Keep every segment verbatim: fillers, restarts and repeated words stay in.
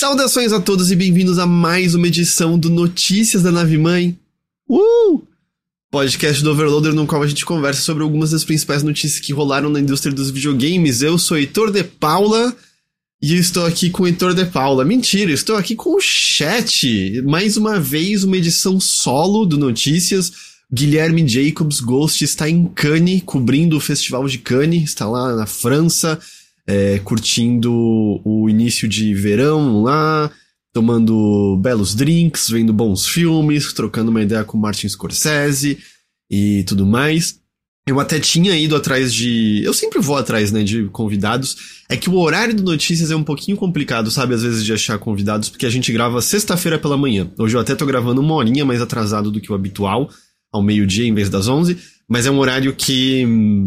Saudações a todos e bem-vindos a mais uma edição do Notícias da Nave Mãe. Uh! Podcast do Overloader, no qual a gente conversa sobre algumas das principais notícias que rolaram na indústria dos videogames. Eu sou Heitor de Paula e eu estou aqui com o Heitor de Paula. Mentira, eu estou aqui com o chat. Mais uma vez, uma edição solo do Notícias. Guilherme Jacobs Ghost está em Cannes, cobrindo o Festival de Cannes, está lá na França. É, curtindo o início de verão lá, tomando belos drinks, vendo bons filmes, trocando uma ideia com Martin Scorsese e tudo mais. Eu até tinha ido atrás de... Eu sempre vou atrás, né, de convidados. É que o horário do Notícias é um pouquinho complicado, sabe, às vezes de achar convidados, porque a gente grava sexta-feira pela manhã. Hoje eu até tô gravando uma horinha mais atrasado do que o habitual, ao meio-dia em vez das onze, mas é um horário que...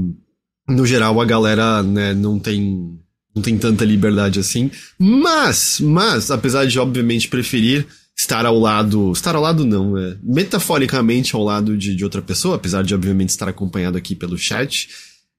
No geral, a galera, né, não tem, não tem tanta liberdade assim. Mas, mas, apesar de, obviamente, preferir estar ao lado... Estar ao lado não, é metaforicamente ao lado de, de outra pessoa, apesar de, obviamente, estar acompanhado aqui pelo chat.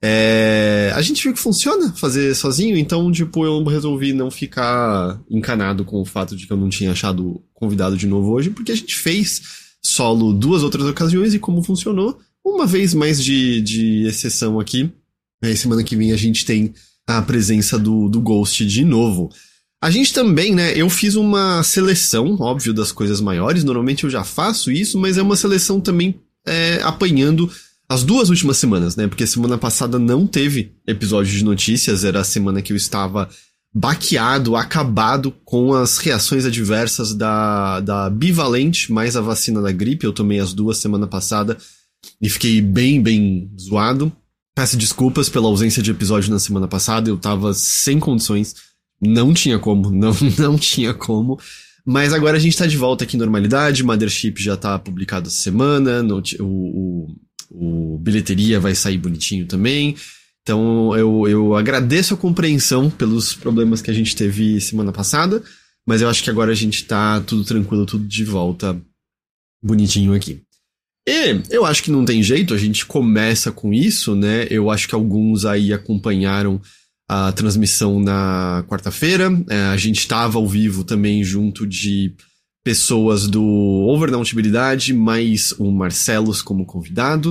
É, a gente viu que funciona fazer sozinho, então, tipo, eu resolvi não ficar encanado com o fato de que eu não tinha achado convidado de novo hoje, porque a gente fez solo duas outras ocasiões e como funcionou, uma vez mais de, de exceção aqui. Aí semana que vem a gente tem a presença do, do Ghost de novo. A gente também, né, eu fiz uma seleção, óbvio, das coisas maiores, normalmente eu já faço isso, mas é uma seleção também é, apanhando as duas últimas semanas, né, porque semana passada não teve episódio de notícias, era a semana que eu estava baqueado, acabado com as reações adversas da, da bivalente mais a vacina da gripe. Eu tomei as duas semana passada e fiquei bem, bem zoado. Peço desculpas pela ausência de episódio na semana passada, eu tava sem condições, não tinha como, não, não tinha como, mas agora a gente tá de volta aqui em normalidade, Mothership já tá publicado essa semana, no, o, o, o Bilheteria vai sair bonitinho também, então eu, eu agradeço a compreensão pelos problemas que a gente teve semana passada, mas eu acho que agora a gente tá tudo tranquilo, tudo de volta bonitinho aqui. E eu acho que não tem jeito, a gente começa com isso, né? Eu acho que alguns aí acompanharam a transmissão na quarta-feira. É, a gente estava ao vivo também junto de pessoas do Overnautibilidade, mais o Marcelos como convidado.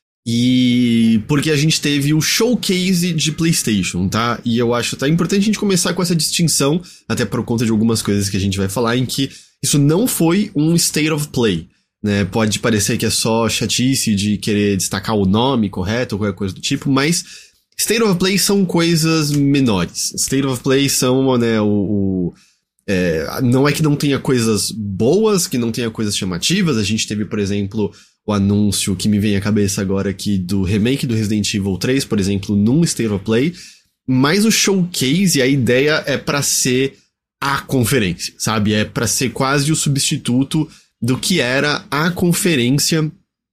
E porque a gente teve o showcase de PlayStation, tá? E eu acho até importante a gente começar com essa distinção, até por conta de algumas coisas que a gente vai falar, em que isso não foi um State of Play. Né, pode parecer que é só chatice de querer destacar o nome correto ou qualquer coisa do tipo, mas State of Play são coisas menores. State of Play são, né, o... o é, não é que não tenha coisas boas, que não tenha coisas chamativas. A gente teve, por exemplo, o anúncio que me vem à cabeça agora aqui do remake do Resident Evil três, por exemplo, num State of Play. Mas o showcase, a ideia é pra ser a conferência, sabe? É pra ser quase o substituto do que era a conferência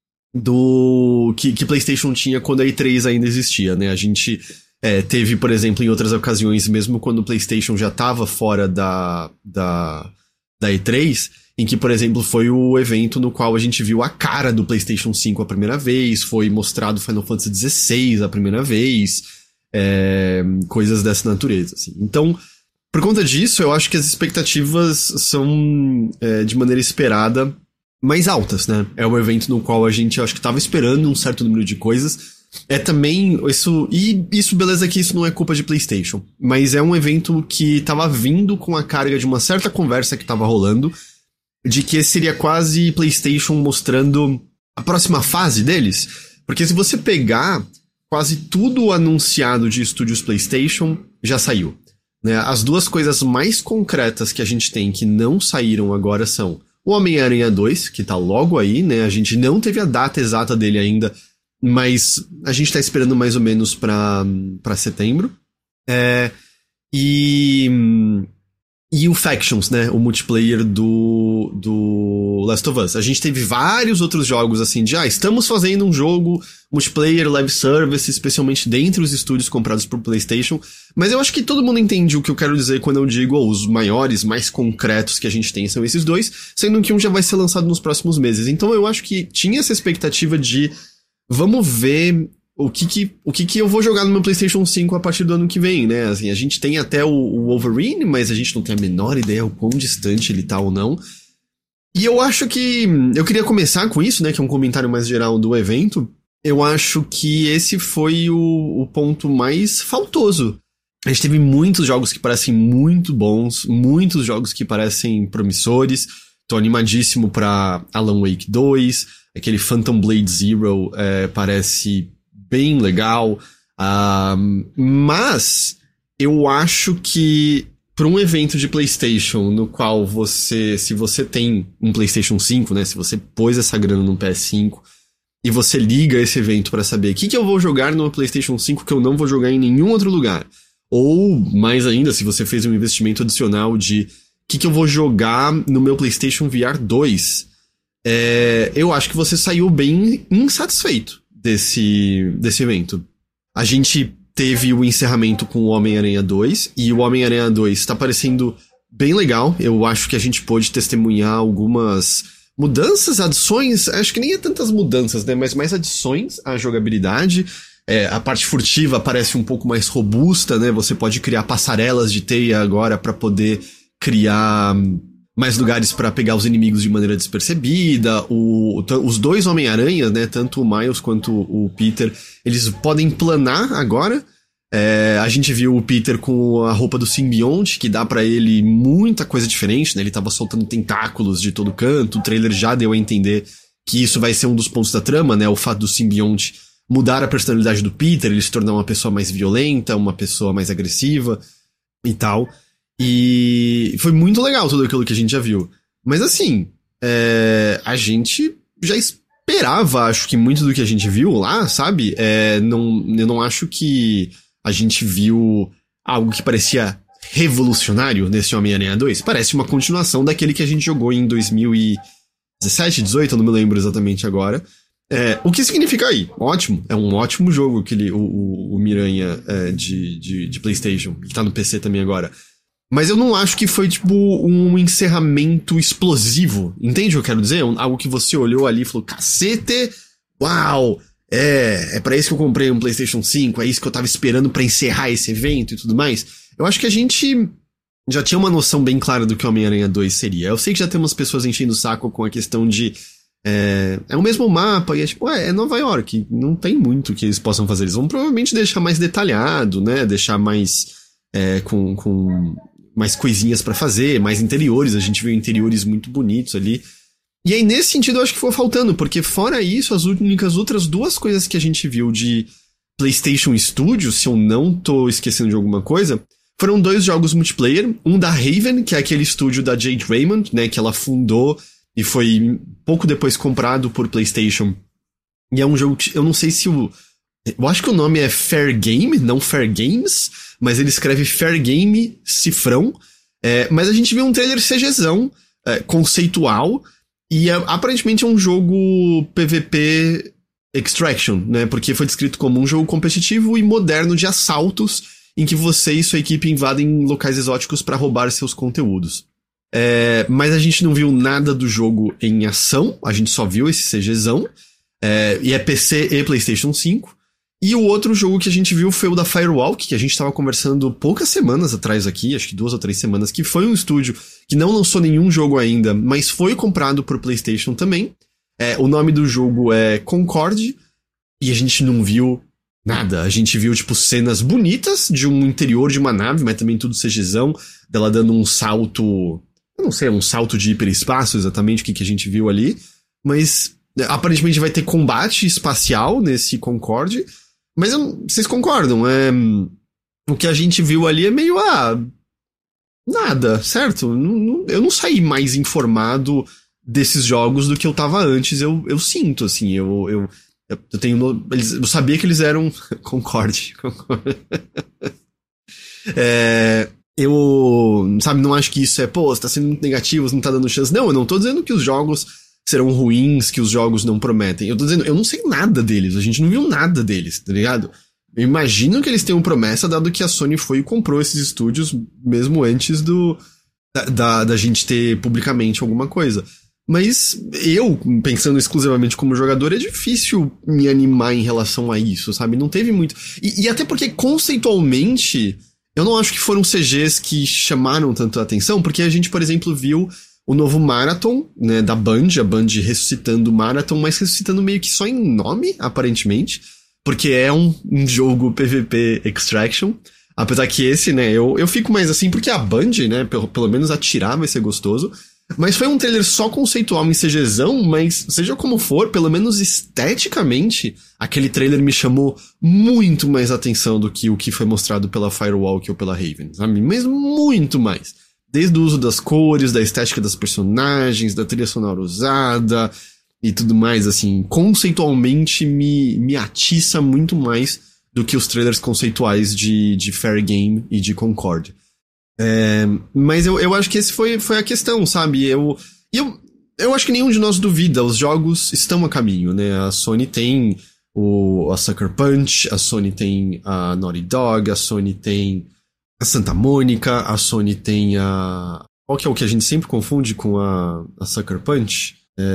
do que, que PlayStation tinha quando a E três ainda existia, né? A gente é, teve, por exemplo, em outras ocasiões, mesmo quando o PlayStation já estava fora da, da, da E três, em que, por exemplo, foi o evento no qual a gente viu a cara do PlayStation cinco a primeira vez, foi mostrado Final Fantasy dezesseis a primeira vez, é, coisas dessa natureza, assim. Então, por conta disso, eu acho que as expectativas são, é, de maneira esperada, mais altas, né? É um evento no qual a gente, eu acho que estava esperando um certo número de coisas. É também isso... E isso, beleza, que isso não é culpa de PlayStation. Mas é um evento que estava vindo com a carga de uma certa conversa que estava rolando, de que seria quase PlayStation mostrando a próxima fase deles. Porque se você pegar, quase tudo anunciado de estúdios PlayStation já saiu. Né, as duas coisas mais concretas que a gente tem que não saíram agora são o Homem-Aranha dois, que tá logo aí, né? A gente não teve a data exata dele ainda, mas a gente tá esperando mais ou menos pra, pra setembro. É, e, e o Factions, né? O multiplayer do, do Last of Us. A gente teve vários outros jogos assim de, ah, estamos fazendo um jogo multiplayer, live service, especialmente dentre os estúdios comprados por PlayStation, mas eu acho que todo mundo entende o que eu quero dizer quando eu digo, oh, os maiores, mais concretos que a gente tem são esses dois, sendo que um já vai ser lançado nos próximos meses. Então eu acho que tinha essa expectativa de, vamos ver o que que, o que que eu vou jogar no meu PlayStation cinco a partir do ano que vem, né? Assim, a gente tem até o, o Wolverine, mas a gente não tem a menor ideia o quão distante ele tá ou não. E eu acho que... Eu queria começar com isso, né? Que é um comentário mais geral do evento. Eu acho que esse foi o, o ponto mais faltoso. A gente teve muitos jogos que parecem muito bons, muitos jogos que parecem promissores. Tô animadíssimo pra Alan Wake dois, aquele Phantom Blade Zero é, parece bem legal. Uh, mas eu acho que para um evento de PlayStation no qual você, se você tem um PlayStation cinco, né, se você pôs essa grana no P S cinco e você liga esse evento para saber o que, que eu vou jogar no PlayStation cinco que eu não vou jogar em nenhum outro lugar, ou mais ainda, se você fez um investimento adicional de o que, que eu vou jogar no meu PlayStation V R dois, é, eu acho que você saiu bem insatisfeito desse, desse evento. A gente teve o encerramento com o Homem-Aranha dois, e o Homem-Aranha dois tá parecendo bem legal. Eu acho que a gente pôde testemunhar algumas mudanças, adições, acho que nem é tantas mudanças, né, mas mais adições à jogabilidade. É, a parte furtiva parece um pouco mais robusta, né, você pode criar passarelas de teia agora pra poder criar mais lugares pra pegar os inimigos de maneira despercebida. O, os dois Homem-Aranhas, né, tanto o Miles quanto o Peter, eles podem planar agora. É, a gente viu o Peter com a roupa do simbionte, que dá pra ele muita coisa diferente, né? Ele tava soltando tentáculos de todo canto. O trailer já deu a entender que isso vai ser um dos pontos da trama, né? O fato do simbionte mudar a personalidade do Peter, ele se tornar uma pessoa mais violenta, uma pessoa mais agressiva e tal. E foi muito legal tudo aquilo que a gente já viu. Mas assim, é, a gente já esperava, acho que muito do que a gente viu lá, sabe? É, não, eu não acho que a gente viu algo que parecia revolucionário nesse Homem-Aranha dois. Parece uma continuação daquele que a gente jogou em dois mil e dezessete, dezoito, eu não me lembro exatamente agora. É, o que significa aí? Ótimo, é um ótimo jogo aquele, o, o, o Miranha é, de, de, de PlayStation, que tá no P C também agora. Mas eu não acho que foi, tipo, um encerramento explosivo. Entende o que eu quero dizer? Algo que você olhou ali e falou, cacete, uau, é, é pra isso que eu comprei um PlayStation cinco, é isso que eu tava esperando pra encerrar esse evento e tudo mais. Eu acho que a gente já tinha uma noção bem clara do que o Homem-Aranha dois seria. Eu sei que já tem umas pessoas enchendo o saco com a questão de é, é o mesmo mapa, e é tipo, ué, é Nova York, não tem muito que eles possam fazer. Eles vão provavelmente deixar mais detalhado, né, deixar mais é, com... com mais coisinhas pra fazer, mais interiores, a gente viu interiores muito bonitos ali. E aí, nesse sentido, eu acho que foi faltando, porque fora isso, as únicas outras duas coisas que a gente viu de PlayStation Studios, se eu não tô esquecendo de alguma coisa, foram dois jogos multiplayer, um da Raven, que é aquele estúdio da Jade Raymond, né, que ela fundou e foi pouco depois comprado por PlayStation. E é um jogo que eu não sei se o... Eu acho que o nome é Fair Game, não Fair Games, mas ele escreve Fair Game cifrão. É, mas a gente viu um trailer CGzão, é, conceitual, e é, aparentemente é um jogo P V P Extraction, né? Porque foi descrito como um jogo competitivo e moderno de assaltos, em que você e sua equipe invadem locais exóticos para roubar seus conteúdos. É, mas a gente não viu nada do jogo em ação, a gente só viu esse CGzão, é, e é P C e PlayStation cinco. E o outro jogo que a gente viu foi o da Firewalk, que a gente tava conversando poucas semanas atrás aqui, acho que duas ou três semanas, que foi um estúdio que não lançou nenhum jogo ainda, mas foi comprado por PlayStation também. É, o nome do jogo é Concorde, e a gente não viu nada. A gente viu, tipo, cenas bonitas de um interior de uma nave, mas também tudo CGzão, dela dando um salto... Eu não sei, um salto de hiperespaço exatamente o que, que a gente viu ali, mas aparentemente vai ter combate espacial nesse Concorde. Mas eu, vocês concordam? É, o que a gente viu ali é meio, ah, nada, certo? Não, não, eu não saí mais informado desses jogos do que eu tava antes, eu, eu sinto, assim, eu, eu, eu tenho, eles, eu sabia que eles eram, concorde, concorde. É, eu, sabe, não acho que isso é, pô, você tá sendo muito negativo, você não tá dando chance. Não, eu não tô dizendo que os jogos serão ruins, que os jogos não prometem. Eu tô dizendo, eu não sei nada deles, a gente não viu nada deles, tá ligado? Eu imagino que eles tenham promessa, dado que a Sony foi e comprou esses estúdios mesmo antes do da, da, da gente ter publicamente alguma coisa. Mas eu, pensando exclusivamente como jogador, é difícil me animar em relação a isso, sabe? Não teve muito... E, e até porque, conceitualmente, eu não acho que foram C Gs que chamaram tanto a atenção, porque a gente, por exemplo, viu o novo Marathon, né, da Band, a Band ressuscitando o Marathon, mas ressuscitando meio que só em nome, aparentemente, porque é um, um jogo P V P Extraction. Apesar que esse, né, eu, eu fico mais assim, porque a Band, né, pelo, pelo menos atirar vai ser gostoso. Mas foi um trailer só conceitual em CGzão, mas seja como for, pelo menos esteticamente, aquele trailer me chamou muito mais atenção do que o que foi mostrado pela Firewalk ou pela Raven, sabe? Mas muito mais. Desde o uso das cores, da estética das personagens, da trilha sonora usada e tudo mais, assim, conceitualmente me, me atiça muito mais do que os trailers conceituais de, de Fair Game e de Concord. É, mas eu, eu acho que esse foi, foi a questão, sabe? Eu, eu, eu acho que nenhum de nós duvida, os jogos estão a caminho, né? A Sony tem o, a Sucker Punch, a Sony tem a Naughty Dog, a Sony tem a Santa Mônica, a Sony tem a... Qual que é o que a gente sempre confunde com a, a Sucker Punch?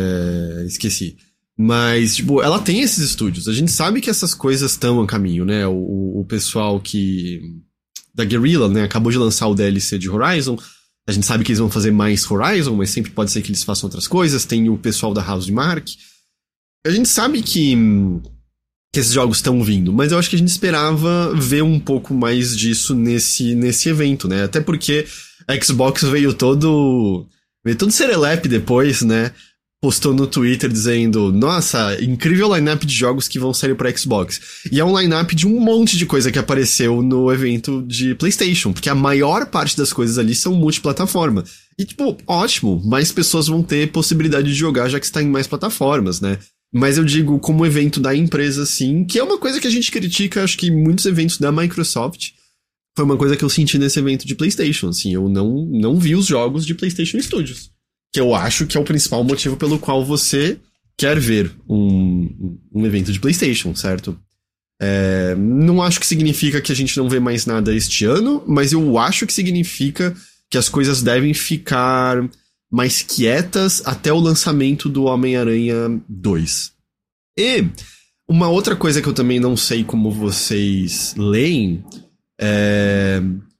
É, esqueci. Mas, tipo, ela tem esses estúdios. A gente sabe que essas coisas estão a caminho, né? O, o pessoal que... da Guerrilla, né, acabou de lançar o D L C de Horizon. A gente sabe que eles vão fazer mais Horizon, mas sempre pode ser que eles façam outras coisas. Tem o pessoal da Housemarque. A gente sabe que, que esses jogos estão vindo, mas eu acho que a gente esperava ver um pouco mais disso nesse, nesse evento, né? Até porque a Xbox veio todo... veio todo serelepe depois, né? Postou no Twitter dizendo, nossa, incrível line-up de jogos que vão sair pra Xbox. E é um line-up de um monte de coisa que apareceu no evento de PlayStation, porque a maior parte das coisas ali são multiplataforma. E, tipo, ótimo, mais pessoas vão ter possibilidade de jogar já que está em mais plataformas, né? Mas eu digo como evento da empresa, sim, que é uma coisa que a gente critica, acho que muitos eventos da Microsoft. Foi uma coisa que eu senti nesse evento de PlayStation, assim, eu não, não vi os jogos de PlayStation Studios. Que eu acho que é o principal motivo pelo qual você quer ver um, um evento de PlayStation, certo? É, não acho que significa que a gente não vê mais nada este ano, mas eu acho que significa que as coisas devem ficar mais quietas até o lançamento do Homem-Aranha dois. E uma outra coisa que eu também não sei como vocês leem é...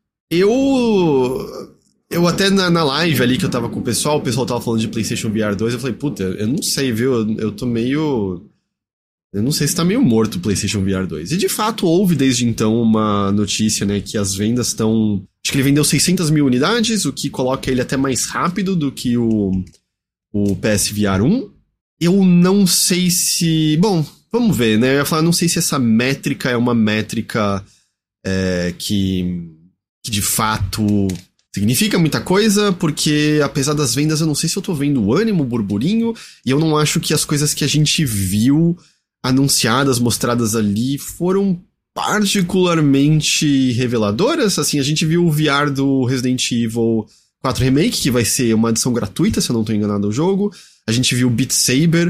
Eu... Eu até na, na live ali que eu tava com o pessoal, o pessoal tava falando de PlayStation V R dois, eu falei, puta, eu não sei, viu? Eu, eu tô meio... Eu não sei se tá meio morto o PlayStation V R dois. E de fato houve desde então uma notícia, né, que as vendas estão... Acho que ele vendeu seiscentas mil unidades, o que coloca ele até mais rápido do que o, o P S V R um. Eu não sei se... Bom, vamos ver, né? Eu ia falar, não sei se essa métrica é uma métrica é, que, que de fato... significa muita coisa, porque apesar das vendas, eu não sei se eu tô vendo o ânimo, o burburinho, e eu não acho que as coisas que a gente viu anunciadas, mostradas ali, foram particularmente reveladoras. Assim, a gente viu o V R do Resident Evil quatro Remake, que vai ser uma adição gratuita, se eu não tô enganado ao jogo. A gente viu o Beat Saber,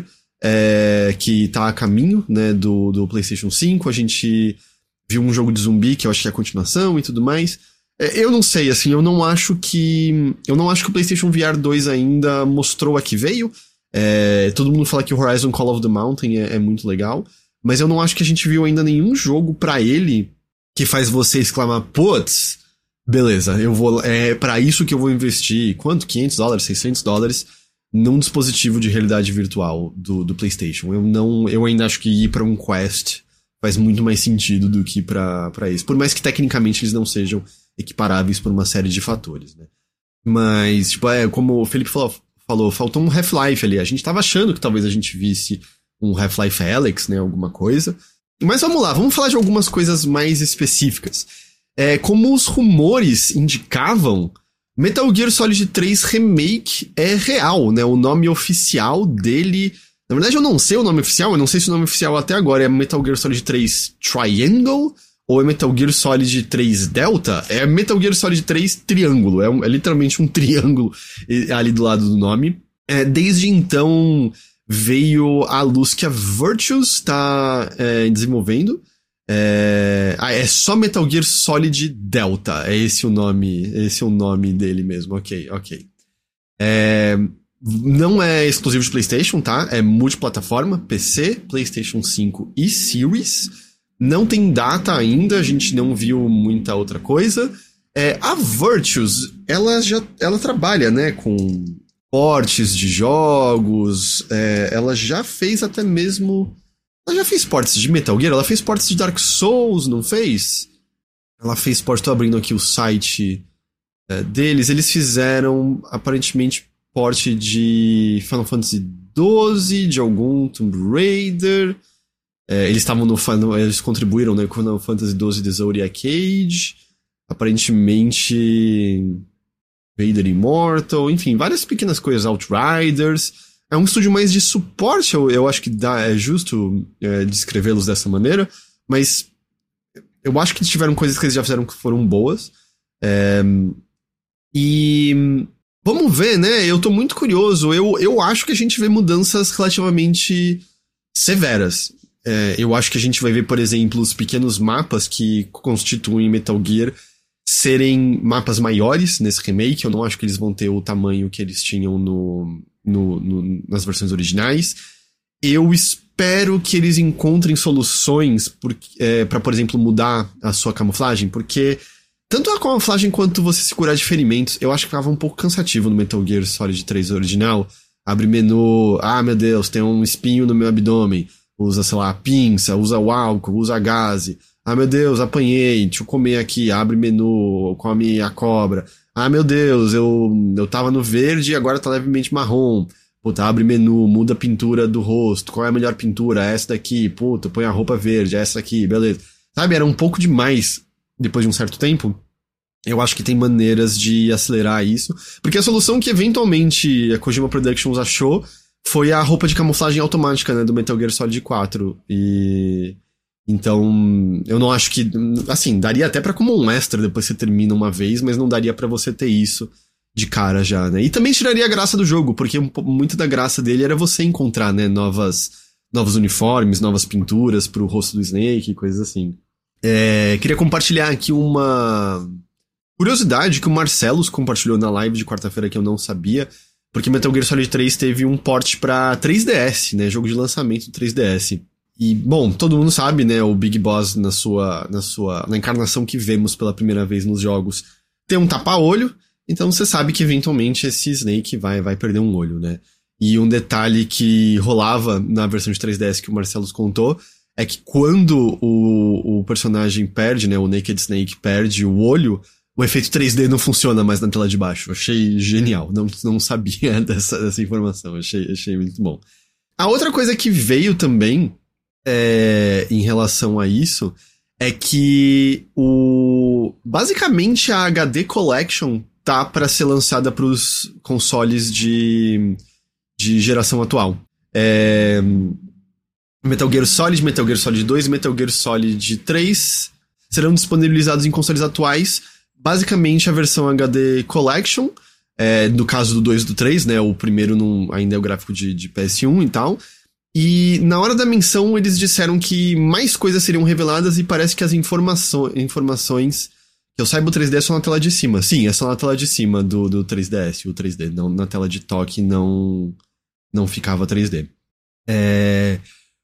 é, que tá a caminho, né, do, do PlayStation cinco. A gente viu um jogo de zumbi, que eu acho que é a continuação e tudo mais. Eu não sei, assim, eu não acho que... Eu não acho que o PlayStation V R dois ainda mostrou a que veio. É, todo mundo fala que o Horizon Call of the Mountain é, é muito legal, mas eu não acho que a gente viu ainda nenhum jogo pra ele que faz você exclamar, putz, beleza, eu vou, é pra isso que eu vou investir, quanto? quinhentos dólares, seiscentos dólares num dispositivo de realidade virtual do, do PlayStation. Eu não, eu ainda acho que ir pra um Quest faz muito mais sentido do que pra, pra isso, por mais que tecnicamente eles não sejam equiparáveis por uma série de fatores, né? Mas, tipo, é, como o Felipe falou, falou, faltou um Half-Life ali. A gente tava achando que talvez a gente visse um Half-Life Alyx, né, alguma coisa. Mas vamos lá, vamos falar de algumas coisas mais específicas. É, como os rumores indicavam, Metal Gear Solid três Remake é real, né? O nome oficial dele... Na verdade, eu não sei o nome oficial, eu não sei se o nome oficial até agora é Metal Gear Solid três Triangle... ou é Metal Gear Solid três Delta? É Metal Gear Solid três Triângulo. É, um, é literalmente um triângulo ali do lado do nome. É, desde então, veio à luz que a Virtuos está é, desenvolvendo. É, ah, é só Metal Gear Solid Delta. É esse o nome, esse é o nome dele mesmo. Ok, ok. É, não é exclusivo de PlayStation, tá? É multiplataforma, P C, PlayStation cinco e Series. Não tem data ainda, a gente não viu muita outra coisa. É, a Virtuos, ela já ela trabalha, né, com portes de jogos, é, ela já fez até mesmo... Ela já fez portes de Metal Gear, ela fez portes de Dark Souls, não fez? Ela fez portes, tô abrindo aqui o site é, deles, eles fizeram, aparentemente, porte de Final Fantasy doze, de algum Tomb Raider, é, eles estavam no Final, eles contribuíram, né, com Final Fantasy doze The Zodiac Age, aparentemente Vader Immortal, enfim, várias pequenas coisas, Outriders. É um estúdio mais de suporte, eu, eu acho que dá, é justo é, descrevê-los dessa maneira, mas eu acho que tiveram coisas que eles já fizeram que foram boas. É, e vamos ver, né? Eu tô muito curioso. Eu, eu acho que a gente vê mudanças relativamente severas. É, eu acho que a gente vai ver, por exemplo, os pequenos mapas que constituem Metal Gear serem mapas maiores nesse remake. Eu não acho que eles vão ter o tamanho que eles tinham no... No, no, nas versões originais. Eu espero que eles encontrem soluções é, para, por exemplo, mudar a sua camuflagem, porque tanto a camuflagem quanto você se curar de ferimentos, eu acho que ficava um pouco cansativo no Metal Gear Solid três original. Abre menu, ah, meu Deus, tem um espinho no meu abdômen, usa, sei lá, pinça, usa o álcool, usa gaze. Ah, meu Deus, apanhei, deixa eu comer aqui, abre menu, come a cobra. Ah, meu Deus, eu, eu tava no verde e agora tá levemente marrom. Puta, abre menu, muda a pintura do rosto. Qual é a melhor pintura? Essa daqui. Puta, põe a roupa verde, essa aqui, beleza. Sabe, era um pouco demais depois de um certo tempo. Eu acho que tem maneiras de acelerar isso. Porque a solução que eventualmente a Kojima Productions achou foi a roupa de camuflagem automática, né, do Metal Gear Solid quatro. E... Então, eu não acho que... Assim, daria até pra como um extra depois você termina uma vez, mas não daria pra você ter isso de cara já, né? E também tiraria a graça do jogo, porque muito da graça dele era você encontrar, né, novas, novos uniformes, novas pinturas pro rosto do Snake e coisas assim. É, queria compartilhar aqui uma curiosidade que o Marcelos compartilhou na live de quarta-feira que eu não sabia, porque Metal Gear Solid três teve um port pra três D S, né? Jogo de lançamento do três D S. E, bom, todo mundo sabe, né, o Big Boss na sua, na sua, na encarnação que vemos pela primeira vez nos jogos, tem um tapa-olho, então você sabe que eventualmente esse Snake vai, vai perder um olho, né. E um detalhe que rolava na versão de três D S que o Marcelo contou, é que quando o, o personagem perde, né, o Naked Snake perde o olho, o efeito três D não funciona mais na tela de baixo. Eu achei genial, não, não sabia dessa, dessa informação, achei, achei muito bom. A outra coisa que veio também... É, em relação a isso, é que o basicamente a H D Collection tá para ser lançada para os consoles de, de geração atual. É, Metal Gear Solid, Metal Gear Solid dois e Metal Gear Solid três serão disponibilizados em consoles atuais. Basicamente a versão H D Collection, é, no caso do dois e do três, né, o primeiro não, ainda é o gráfico de, de P S um e tal. E na hora da menção eles disseram que mais coisas seriam reveladas e parece que as informaço- informações... Que eu saiba, o três D é só na tela de cima. Sim, é só na tela de cima do, do três D S, o três D. Não, na tela de toque não, não ficava três D. É,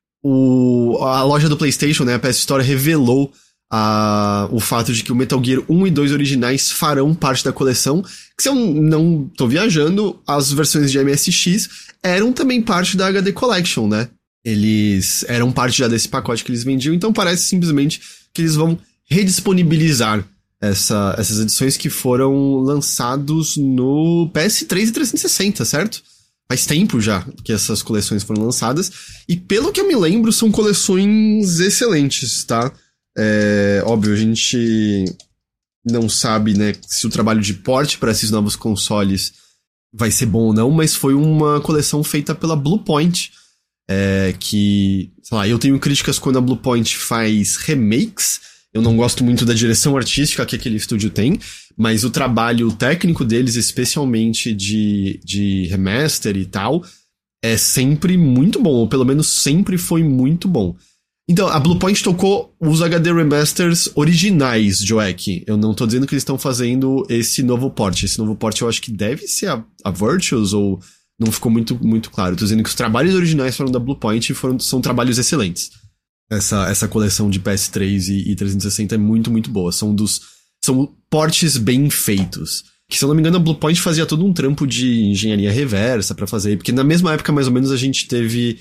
o, a loja do PlayStation, né, a P S Store, revelou a, o fato de que o Metal Gear um e dois originais farão parte da coleção. Que se eu não tô viajando, as versões de M S X eram também parte da H D Collection, né? Eles eram parte já desse pacote que eles vendiam, então parece simplesmente que eles vão redisponibilizar essa, essas edições que foram lançados no P S três e trezentos e sessenta, certo? Faz tempo já que essas coleções foram lançadas, e pelo que eu me lembro, são coleções excelentes, tá? É, óbvio, a gente não sabe, né, se o trabalho de porte para esses novos consoles vai ser bom ou não, mas foi uma coleção feita pela Bluepoint, é, que, sei lá, eu tenho críticas quando a Bluepoint faz remakes. Eu não gosto muito da direção artística que aquele estúdio tem, mas o trabalho técnico deles, especialmente de, de remaster e tal, é sempre muito bom, ou pelo menos sempre foi muito bom. Então, a Bluepoint tocou os H D Remasters originais, Joaquim. Eu não tô dizendo que eles estão fazendo esse novo port. Esse novo port eu acho que deve ser a, a Virtuos, ou não ficou muito, muito claro. Eu tô dizendo que os trabalhos originais foram da Bluepoint e foram, são trabalhos excelentes. Essa, essa coleção de P S três e, e trezentos e sessenta é muito, muito boa. São dos... São portes bem feitos. Que, se eu não me engano, a Bluepoint fazia todo um trampo de engenharia reversa pra fazer. Porque na mesma época, mais ou menos, a gente teve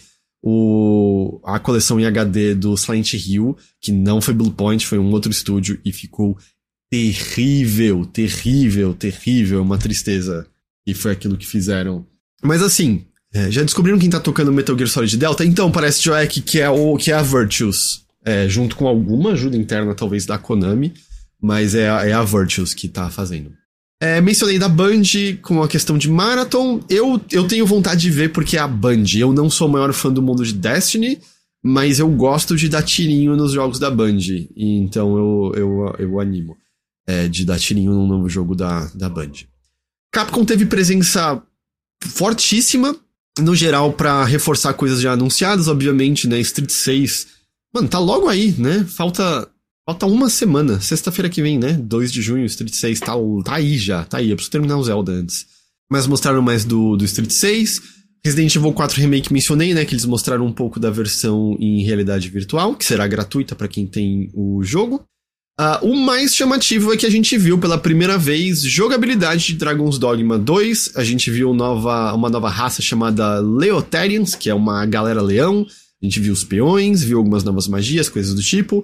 o, a coleção em H D do Silent Hill, que não foi Bluepoint, foi um outro estúdio, e ficou terrível, terrível, terrível. Uma tristeza. E foi aquilo que fizeram. Mas assim, é, já descobriram quem tá tocando Metal Gear Solid Delta? Então, parece, Joek, que é, o, que é a Virtuos. É, junto com alguma ajuda interna, talvez, da Konami. Mas é a, é a Virtuos que tá fazendo. É, mencionei da Band com a questão de Marathon. Eu, eu tenho vontade de ver porque é a Band. Eu não sou o maior fã do mundo de Destiny, mas eu gosto de dar tirinho nos jogos da Band. E então eu, eu, eu animo é, de dar tirinho num novo jogo da, da Band. Capcom teve presença fortíssima, no geral, pra reforçar coisas já anunciadas, obviamente, né? Street seis. Mano, tá logo aí, né? Falta, falta uma semana. Sexta-feira que vem, né? dois de junho, Street seis tá, tá aí já, tá aí. Eu preciso terminar o Zelda antes. Mas mostraram mais do, do Street seis. Resident Evil quatro Remake mencionei, né? Que eles mostraram um pouco da versão em realidade virtual, que será gratuita pra quem tem o jogo. Uh, o mais chamativo é que a gente viu pela primeira vez jogabilidade de Dragon's Dogma dois. A gente viu nova, uma nova raça chamada Leotarians, que é uma galera leão. A gente viu os peões, viu algumas novas magias, coisas do tipo.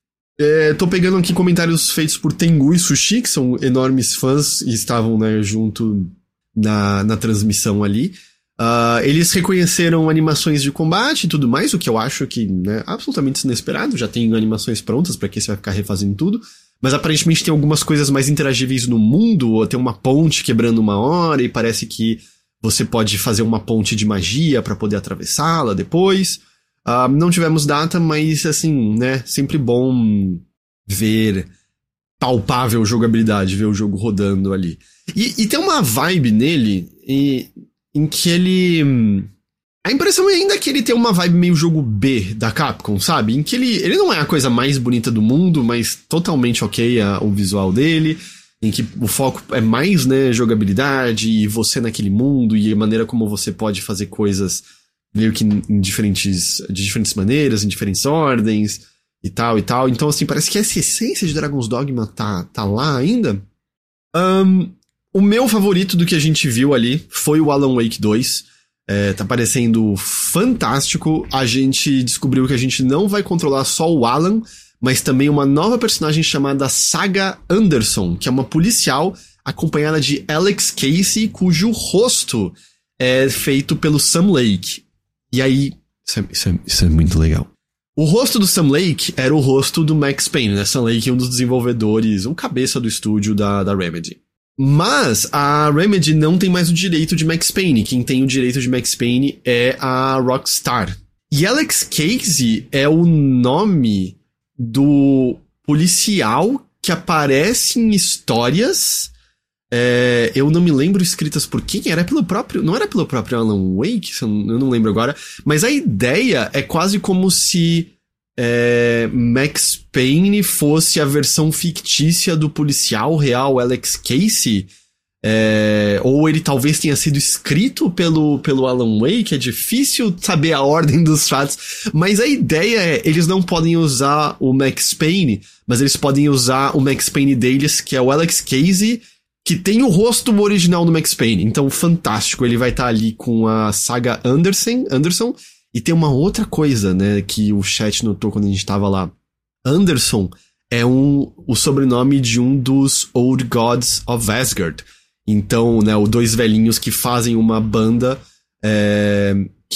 É, tô pegando aqui comentários feitos por Tengu e Sushi, que são enormes fãs e estavam, né, junto na, na transmissão ali. Uh, eles reconheceram animações de combate e tudo mais, o que eu acho que, né, absolutamente inesperado. Já tem animações prontas, pra que você vai ficar refazendo tudo. Mas aparentemente tem algumas coisas mais interagíveis no mundo, ou tem uma ponte quebrando uma hora, e parece que você pode fazer uma ponte de magia pra poder atravessá-la depois. Uh, não tivemos data, mas assim, né, sempre bom ver palpável jogabilidade, ver o jogo rodando ali. E, e tem uma vibe nele, e... em que ele... A impressão é ainda que ele tem uma vibe meio jogo B da Capcom, sabe? Em que ele, ele não é a coisa mais bonita do mundo, mas totalmente ok a, o visual dele. Em que o foco é mais, né, jogabilidade e você naquele mundo e a maneira como você pode fazer coisas meio que em diferentes, de diferentes maneiras, em diferentes ordens e tal e tal. Então, assim, parece que essa essência de Dragon's Dogma tá, tá lá ainda. Um, o meu favorito do que a gente viu ali foi o Alan Wake dois. É, tá parecendo fantástico. A gente descobriu que a gente não vai controlar só o Alan, mas também uma nova personagem chamada Saga Anderson, que é uma policial acompanhada de Alex Casey, cujo rosto é feito pelo Sam Lake. E aí, isso é, isso é, isso é muito legal. O rosto do Sam Lake era o rosto do Max Payne, né? Sam Lake é um dos desenvolvedores, um cabeça do estúdio da, da Remedy. Mas a Remedy não tem mais o direito de Max Payne. Quem tem o direito de Max Payne é a Rockstar. E Alex Casey é o nome do policial que aparece em histórias... É, eu não me lembro escritas por quem, era pelo próprio... Não era pelo próprio Alan Wake? Eu não lembro agora. Mas a ideia é quase como se é, Max Payne fosse a versão fictícia do policial real Alex Casey. É, ou ele talvez tenha sido escrito pelo, pelo Alan Wake. É difícil saber a ordem dos fatos. Mas a ideia é, eles não podem usar o Max Payne, mas eles podem usar o Max Payne deles, que é o Alex Casey, que tem o rosto original do Max Payne. Então, fantástico. Ele vai estar tá ali com a Saga Anderson, Anderson. E tem uma outra coisa, né, que o chat notou quando a gente tava lá. Anderson é um, o sobrenome de um dos Old Gods of Asgard. Então, né, os dois velhinhos que fazem uma banda é,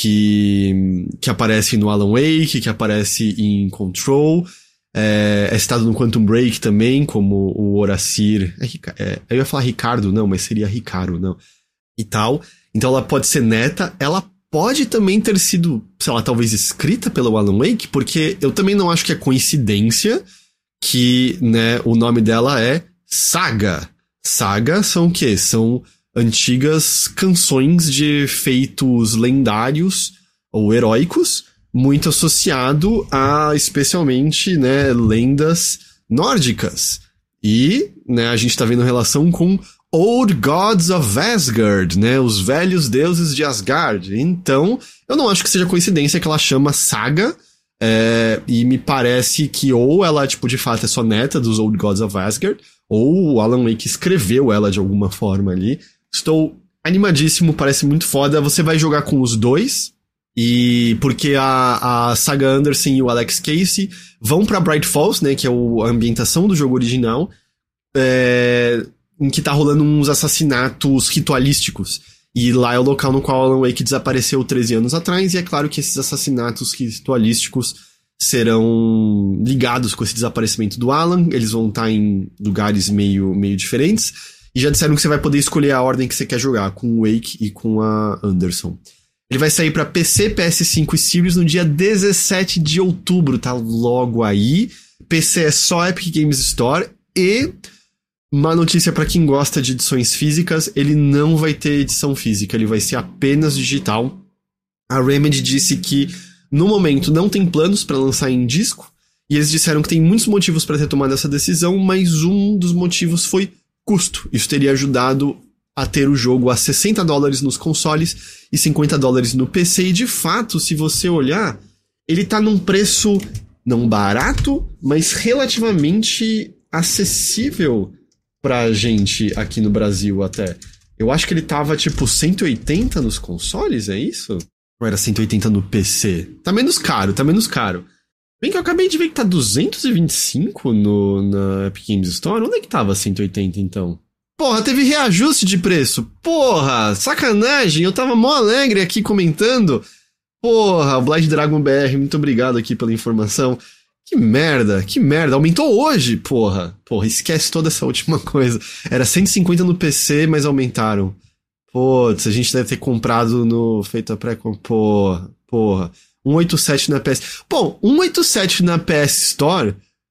que, que aparece no Alan Wake, que aparece em Control... É, é citado no Quantum Break também, como o Horacir... É, é, eu ia falar Ricardo, não, mas seria Ricardo, não. E tal. Então ela pode ser neta. Ela pode também ter sido, sei lá, talvez escrita pelo Alan Wake, porque eu também não acho que é coincidência que, né, o nome dela é Saga. Saga são o quê? São antigas canções de feitos lendários ou heróicos, muito associado a, especialmente, né, lendas nórdicas. E, né, a gente tá vendo relação com Old Gods of Asgard, né? Os velhos deuses de Asgard. Então, eu não acho que seja coincidência que ela chama Saga, é, e me parece que ou ela, tipo, de fato é só neta dos Old Gods of Asgard, ou o Alan Wake escreveu ela de alguma forma ali. Estou animadíssimo, parece muito foda. Você vai jogar com os dois, e porque a, a Saga Anderson e o Alex Casey vão pra Bright Falls, né, que é o, a ambientação do jogo original, é, em que tá rolando uns assassinatos ritualísticos. E lá é o local no qual Alan Wake desapareceu treze anos atrás, e é claro que esses assassinatos ritualísticos serão ligados com esse desaparecimento do Alan. Eles vão estar em lugares meio, meio diferentes, e já disseram que você vai poder escolher a ordem que você quer jogar, com o Wake e com a Anderson. Ele vai sair pra P C, P S cinco e Series no dia dezessete de outubro, tá logo aí. P C é só Epic Games Store, e uma notícia pra quem gosta de edições físicas, ele não vai ter edição física, ele vai ser apenas digital. A Remedy disse que no momento não tem planos pra lançar em disco, e eles disseram que tem muitos motivos pra ter tomado essa decisão, mas um dos motivos foi custo. Isso teria ajudado a ter o jogo a sessenta dólares nos consoles e cinquenta dólares no P C, e de fato, se você olhar, ele tá num preço não barato, mas relativamente acessível pra gente aqui no Brasil até. Eu acho que ele tava tipo cento e oitenta nos consoles, é isso? Ou era cento e oitenta no P C? Tá menos caro, tá menos caro. Bem que eu acabei de ver que tá duzentos e vinte e cinco no, na Epic Games Store. Onde é que tava cento e oitenta então? Porra, teve reajuste de preço. Porra, sacanagem. Eu tava mó alegre aqui comentando. Porra, o Blind Dragon B R, muito obrigado aqui pela informação. Que merda, que merda. Aumentou hoje, porra. Porra, esquece toda essa última coisa. Era cento e cinquenta no P C, mas aumentaram. Putz, a gente deve ter comprado no... Feito a pré... Porra, porra. cento e oitenta e sete na P S... Bom, cento e oitenta e sete na P S Store,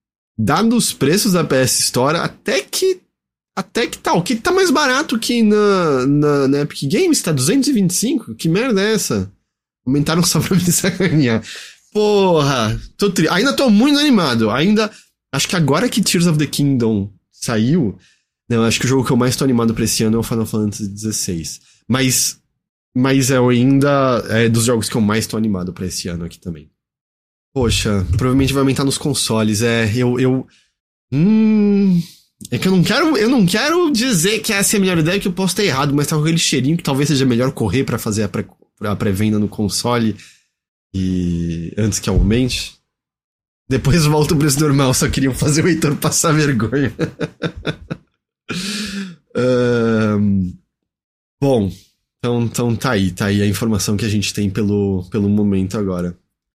dado os preços da P S Store, até que... Até que tá. O que tá mais barato que na, na, na Epic Games? Tá duzentos e vinte e cinco? Que merda é essa? Aumentaram só pra me sacanear. Porra, tô tri... ainda tô muito animado. Ainda, acho que agora que Tears of the Kingdom saiu, não, acho que o jogo que eu mais tô animado pra esse ano é o Final Fantasy dezesseis. Mas, mas eu ainda é dos jogos que eu mais tô animado pra esse ano aqui também. Poxa, provavelmente vai aumentar nos consoles. É, eu, eu, hum, é que eu não quero, eu não quero dizer que essa é a melhor ideia, que eu posso estar errado, mas tá com aquele cheirinho que talvez seja melhor correr pra fazer a, pré, a pré-venda no console. E antes que aumente. Depois volta o preço normal, só queriam fazer o Heitor passar vergonha. um, bom, então, então tá aí, tá aí a informação que a gente tem pelo, pelo momento agora.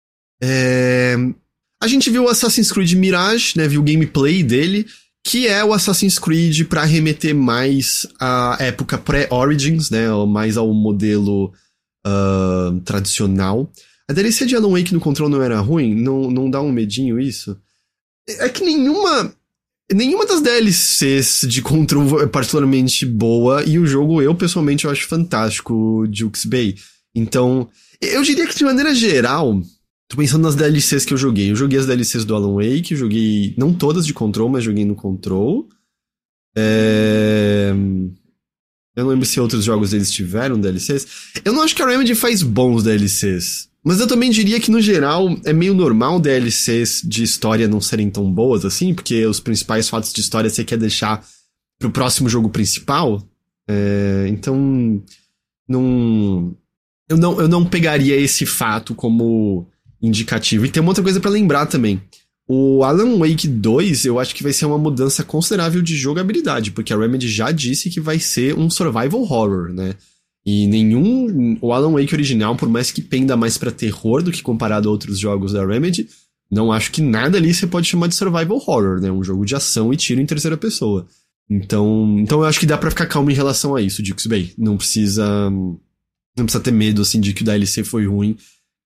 É, a gente viu o Assassin's Creed Mirage, né, viu o gameplay dele, que é o Assassin's Creed pra remeter mais à época pré-Origins, né, mais ao modelo uh, tradicional. A D L C de Alan Wake no Control não era ruim? Não, não dá um medinho isso? É que nenhuma... Nenhuma das D L Cs de Control é particularmente boa, e o jogo, eu pessoalmente, eu acho fantástico, o Duke's Bay. Então, eu diria que de maneira geral, tô pensando nas D L Cs que eu joguei. Eu joguei as D L Cs do Alan Wake, eu joguei, não todas de Control, mas joguei no Control. É... Eu não lembro se outros jogos deles tiveram D L Cs. Eu não acho que a Remedy faz bons D L Cs. Mas eu também diria que, no geral, é meio normal D L Cs de história não serem tão boas assim, porque os principais fatos de história você quer deixar pro próximo jogo principal. É, então, não, eu não, eu não pegaria esse fato como indicativo. E tem uma outra coisa pra lembrar também. O Alan Wake dois, eu acho que vai ser uma mudança considerável de jogabilidade, porque a Remedy já disse que vai ser um survival horror, né? E nenhum... O Alan Wake original, por mais que penda mais pra terror do que comparado a outros jogos da Remedy, não acho que nada ali você pode chamar de survival horror, né? Um jogo de ação e tiro em terceira pessoa. Então, então eu acho que dá pra ficar calmo em relação a isso, Duke's Bay. Não precisa... Não precisa ter medo, assim, de que o D L C foi ruim,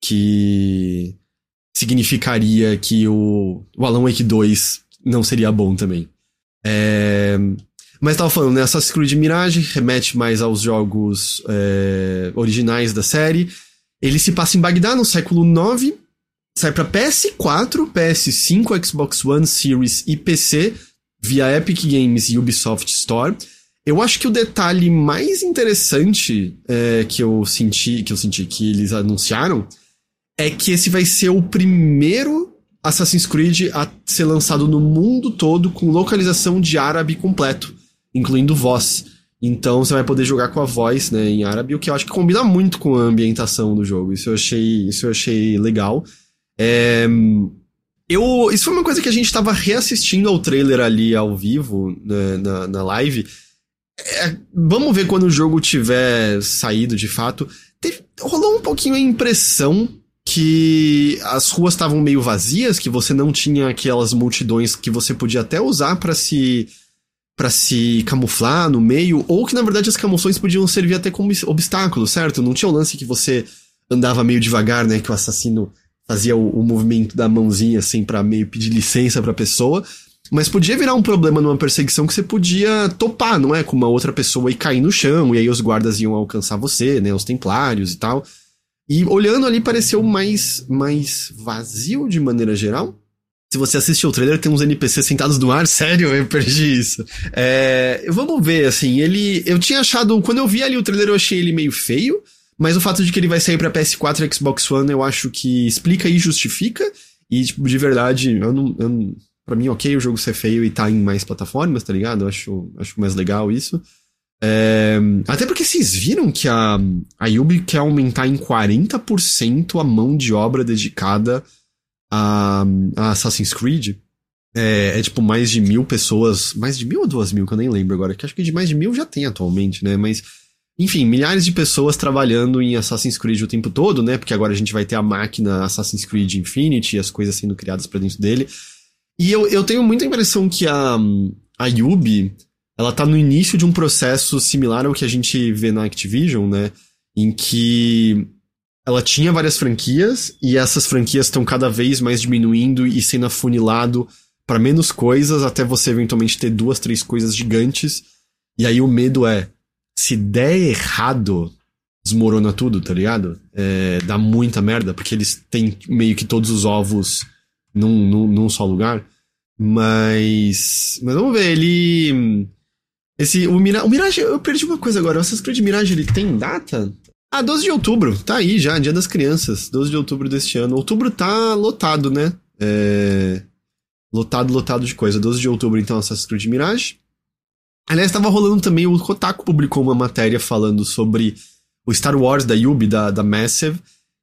que significaria que o, o Alan Wake dois não seria bom também. É... Mas tava falando, né? Assassin's Creed Mirage remete mais aos jogos é, originais da série. Ele se passa em Bagdá, no século nove. Sai pra P S quatro, P S cinco, Xbox One, Series e P C, via Epic Games e Ubisoft Store. Eu acho que o detalhe mais interessante é, que eu senti, que eu senti que eles anunciaram é que esse vai ser o primeiro Assassin's Creed a ser lançado no mundo todo com localização de árabe completo, incluindo voz. Então você vai poder jogar com a voz, né, em árabe, o que eu acho que combina muito com a ambientação do jogo. Isso eu achei, isso eu achei legal. É, eu, isso foi uma coisa que a gente tava reassistindo ao trailer ali ao vivo, né, na, na live. É, vamos ver quando o jogo tiver saído de fato. Teve, rolou um pouquinho a impressão que as ruas estavam meio vazias, que você não tinha aquelas multidões que você podia até usar pra se para se camuflar no meio, ou que na verdade as camuflações podiam servir até como obstáculo, certo? Não tinha o lance que você andava meio devagar, né, que o assassino fazia o, o movimento da mãozinha assim pra meio pedir licença pra pessoa. Mas podia virar um problema numa perseguição que você podia topar, não é? Com uma outra pessoa e cair no chão, e aí os guardas iam alcançar você, né? Os templários e tal. E olhando ali pareceu mais, mais vazio de maneira geral. Se você assistiu o trailer, tem uns N P Cs sentados no ar, sério, eu perdi isso. É, vamos ver, assim, ele... Eu tinha achado... Quando eu vi ali o trailer, eu achei ele meio feio, mas o fato de que ele vai sair pra P S quatro e Xbox One, eu acho que explica e justifica. E, tipo, de verdade, eu não... Eu não Pra mim, ok o jogo ser feio e tá em mais plataformas, tá ligado? Eu acho, acho mais legal isso. É, até porque vocês viram que a, a Ubi quer aumentar em quarenta por cento a mão de obra dedicada a, a Assassin's Creed. É, é tipo mais de mil pessoas. Mais de mil ou duas mil, que eu nem lembro agora. Que acho que de mais de mil já tem atualmente, né? Mas, enfim, milhares de pessoas trabalhando em Assassin's Creed o tempo todo, né? Porque agora a gente vai ter a máquina Assassin's Creed Infinity e as coisas sendo criadas pra dentro dele. E eu, eu tenho muita impressão que a, a Ubi, ela tá no início de um processo similar ao que a gente vê na Activision, né? Em que ela tinha várias franquias e essas franquias estão cada vez mais diminuindo e sendo afunilado para menos coisas até você eventualmente ter duas, três coisas gigantes. E aí o medo é, se der errado, desmorona tudo, tá ligado? É, dá muita merda, porque eles têm meio que todos os ovos Num, num, num só lugar. Mas. Mas vamos ver, ele. Esse. O, Mira, o Mirage, eu perdi uma coisa agora. O Assassin's Creed Mirage, ele tem data? Ah, doze de outubro. Tá aí já, Dia das Crianças. doze de outubro deste ano. Outubro tá lotado, né? É. Lotado, lotado de coisa. doze de outubro, então, Assassin's Creed Mirage. Aliás, tava rolando também. O Kotaku publicou uma matéria falando sobre o Star Wars da Ubi, da, da Massive,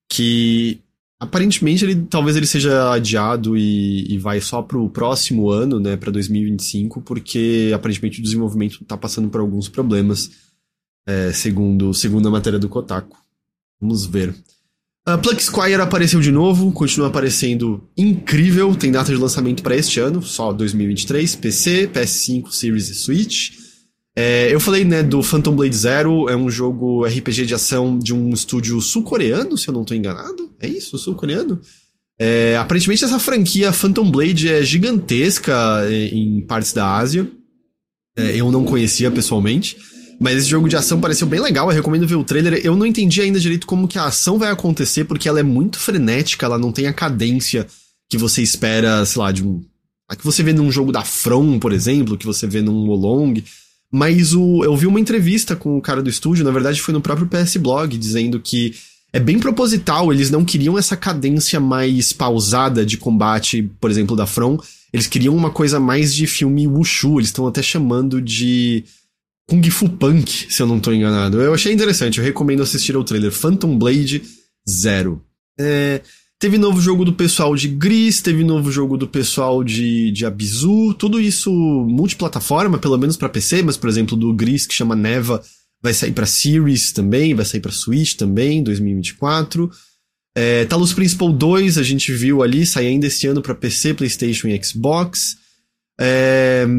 que. Aparentemente, ele, talvez ele seja adiado e, e vai só pro próximo ano, né, pra dois mil e vinte e cinco, porque aparentemente o desenvolvimento tá passando por alguns problemas, é, segundo, segundo a matéria do Kotaku. Vamos ver. Uh, Pluck Squire apareceu de novo, continua aparecendo incrível, tem data de lançamento pra este ano, só dois mil e vinte e três, P C, P S cinco, Series e Switch. É, eu falei, né, do Phantom Blade Zero, é um jogo R P G de ação de um estúdio sul-coreano, se eu não tô enganado. É isso, sul-coreano? É, aparentemente essa franquia Phantom Blade é gigantesca em partes da Ásia. É, eu não conhecia pessoalmente, mas esse jogo de ação pareceu bem legal, eu recomendo ver o trailer. Eu não entendi ainda direito como que a ação vai acontecer, porque ela é muito frenética, ela não tem a cadência que você espera, sei lá, de um... a que você vê num jogo da From, por exemplo, que você vê num Wolong. Mas o, eu vi uma entrevista com o cara do estúdio, na verdade foi no próprio P S Blog, dizendo que é bem proposital, eles não queriam essa cadência mais pausada de combate, por exemplo, da From, eles queriam uma coisa mais de filme Wushu, eles estão até chamando de Kung Fu Punk, se eu não tô enganado. Eu achei interessante, eu recomendo assistir ao trailer Phantom Blade Zero. É... Teve novo jogo do pessoal de Gris, teve novo jogo do pessoal de, de Abzu, tudo isso multiplataforma, pelo menos pra P C, mas, por exemplo, do Gris, que chama Neva, vai sair pra Series também, vai sair pra Switch também, dois mil e vinte e quatro. É, Talos Principal dois, a gente viu ali, sai ainda este ano pra P C, PlayStation e Xbox. É,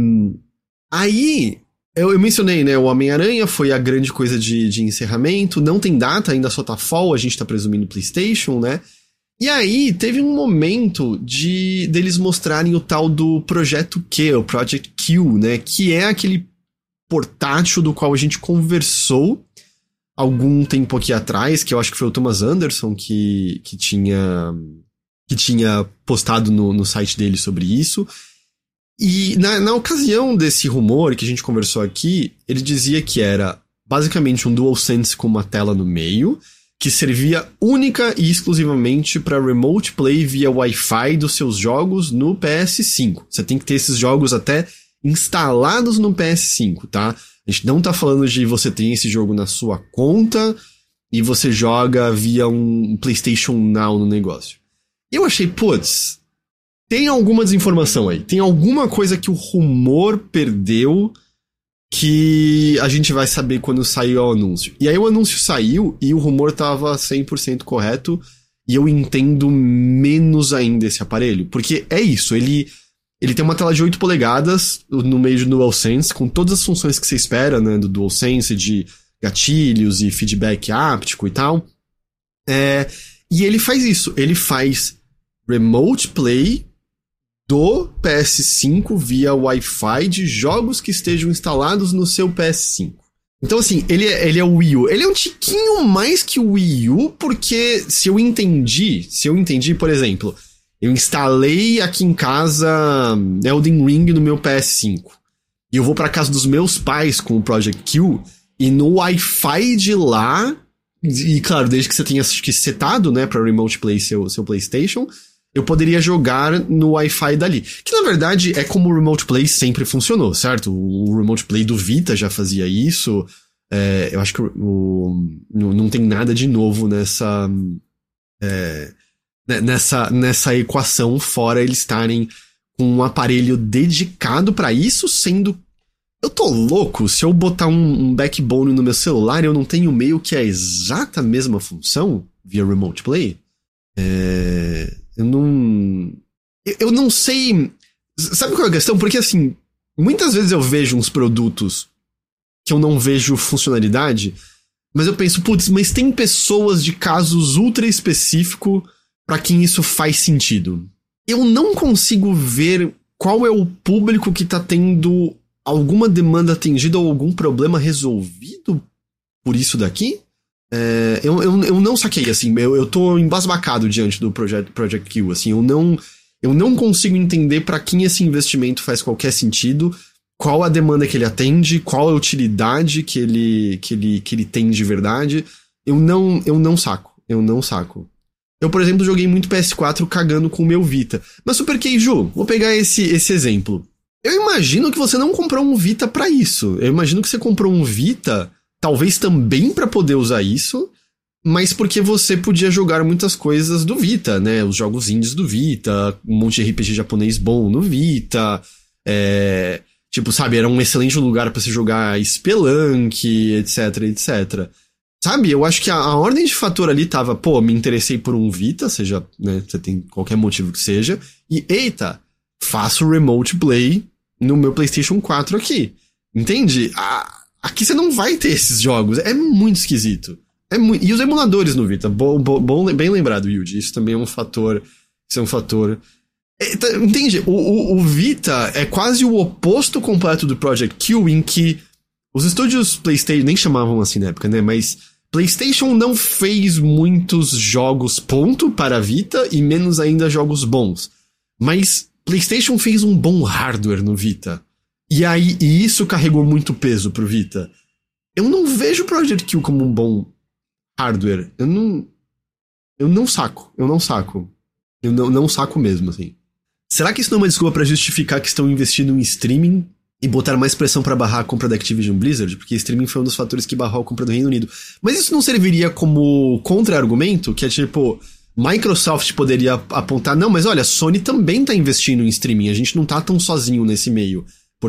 aí, eu, eu mencionei, né, o Homem-Aranha foi a grande coisa de, de encerramento, não tem data, ainda só tá fall, a gente tá presumindo PlayStation, né? E aí, teve um momento de deles mostrarem o tal do Projeto Q, o Project Q, né? Que é aquele portátil do qual a gente conversou algum tempo aqui atrás, que eu acho que foi o Thomas Anderson que, que, tinha, que tinha postado no, no site dele sobre isso. E na, na ocasião desse rumor que a gente conversou aqui, ele dizia que era basicamente um DualSense com uma tela no meio, que servia única e exclusivamente para remote play via Wi-Fi dos seus jogos no P S cinco. Você tem que ter esses jogos até instalados no P S cinco, tá? A gente não tá falando de você ter esse jogo na sua conta e você joga via um PlayStation Now no negócio. Eu achei, putz, tem alguma desinformação aí. Tem alguma coisa que o rumor perdeu que a gente vai saber quando sair o anúncio. E aí o anúncio saiu e o rumor tava cem por cento correto e eu entendo menos ainda esse aparelho. Porque é isso, ele, ele tem uma tela de oito polegadas no meio do DualSense, com todas as funções que você espera, né, do DualSense, de gatilhos e feedback áptico e tal. É, e ele faz isso, ele faz remote play do P S cinco via Wi-Fi de jogos que estejam instalados no seu P S cinco. Então, assim, ele é, ele é o Wii U. Ele é um tiquinho mais que o Wii U, porque se eu entendi, se eu entendi, por exemplo, eu instalei aqui em casa Elden Ring no meu P S cinco. E eu vou pra casa dos meus pais com o Project Q, e no Wi-Fi de lá, e claro, desde que você tenha acho que setado, né, pra Remote Play seu, seu PlayStation, eu poderia jogar no Wi-Fi dali. Que, na verdade, é como o Remote Play sempre funcionou, certo? O Remote Play do Vita já fazia isso. É, eu acho que o, o, não tem nada de novo nessa, é, nessa, nessa equação, fora eles estarem com um aparelho dedicado pra isso, sendo... Eu tô louco, se eu botar um, um backbone no meu celular, eu não tenho meio que a exata mesma função via Remote Play? É... Eu não... Eu não sei... Sabe qual é a questão? Porque, assim, muitas vezes eu vejo uns produtos que eu não vejo funcionalidade, mas eu penso, putz, mas tem pessoas de casos ultra específicos pra quem isso faz sentido. Eu não consigo ver qual é o público que tá tendo alguma demanda atendida ou algum problema resolvido por isso daqui. É, eu, eu, eu não saquei, assim, eu, eu tô embasbacado diante do Project, Project Q, assim, eu não, eu não consigo entender pra quem esse investimento faz qualquer sentido, qual a demanda que ele atende, qual a utilidade que ele, que ele, que ele tem de verdade. Eu não, eu não saco, eu não saco. Eu, por exemplo, joguei muito P S quatro cagando com o meu Vita. Mas Super Keiju, vou pegar esse, esse exemplo. Eu imagino que você não comprou um Vita pra isso. Eu imagino que você comprou um Vita... Talvez também pra poder usar isso, mas porque você podia jogar muitas coisas do Vita, né? Os jogos indies do Vita, um monte de R P G japonês bom no Vita, é... tipo, sabe, era um excelente lugar pra se jogar Spelunk, etc, etcétera. Sabe, eu acho que a, a ordem de fator ali tava, pô, me interessei por um Vita, seja, né, você tem qualquer motivo que seja, e, eita, faço remote play no meu PlayStation quatro aqui. Entende? A... Aqui você não vai ter esses jogos. É muito esquisito. É muito... E os emuladores no Vita. Bom, bom, bem lembrado, Yuji. Isso também é um fator... Isso é um fator... É, tá, entende? O, o, o Vita é quase o oposto completo do Project Q, em que os estúdios PlayStation... Nem chamavam assim na época, né? Mas PlayStation não fez muitos jogos ponto para a Vita e menos ainda jogos bons. Mas PlayStation fez um bom hardware no Vita. E aí, e isso carregou muito peso pro Vita. Eu não vejo o Project Q como um bom hardware. Eu não... Eu não saco. Eu não saco. Eu não, não saco mesmo, assim. Será que isso não é uma desculpa pra justificar que estão investindo em streaming e botar mais pressão pra barrar a compra da Activision Blizzard? Porque streaming foi um dos fatores que barrou a compra do Reino Unido. Mas isso não serviria como contra-argumento? Que é tipo... Microsoft poderia apontar... Não, mas olha, a Sony também tá investindo em streaming. A gente não tá tão sozinho nesse meio.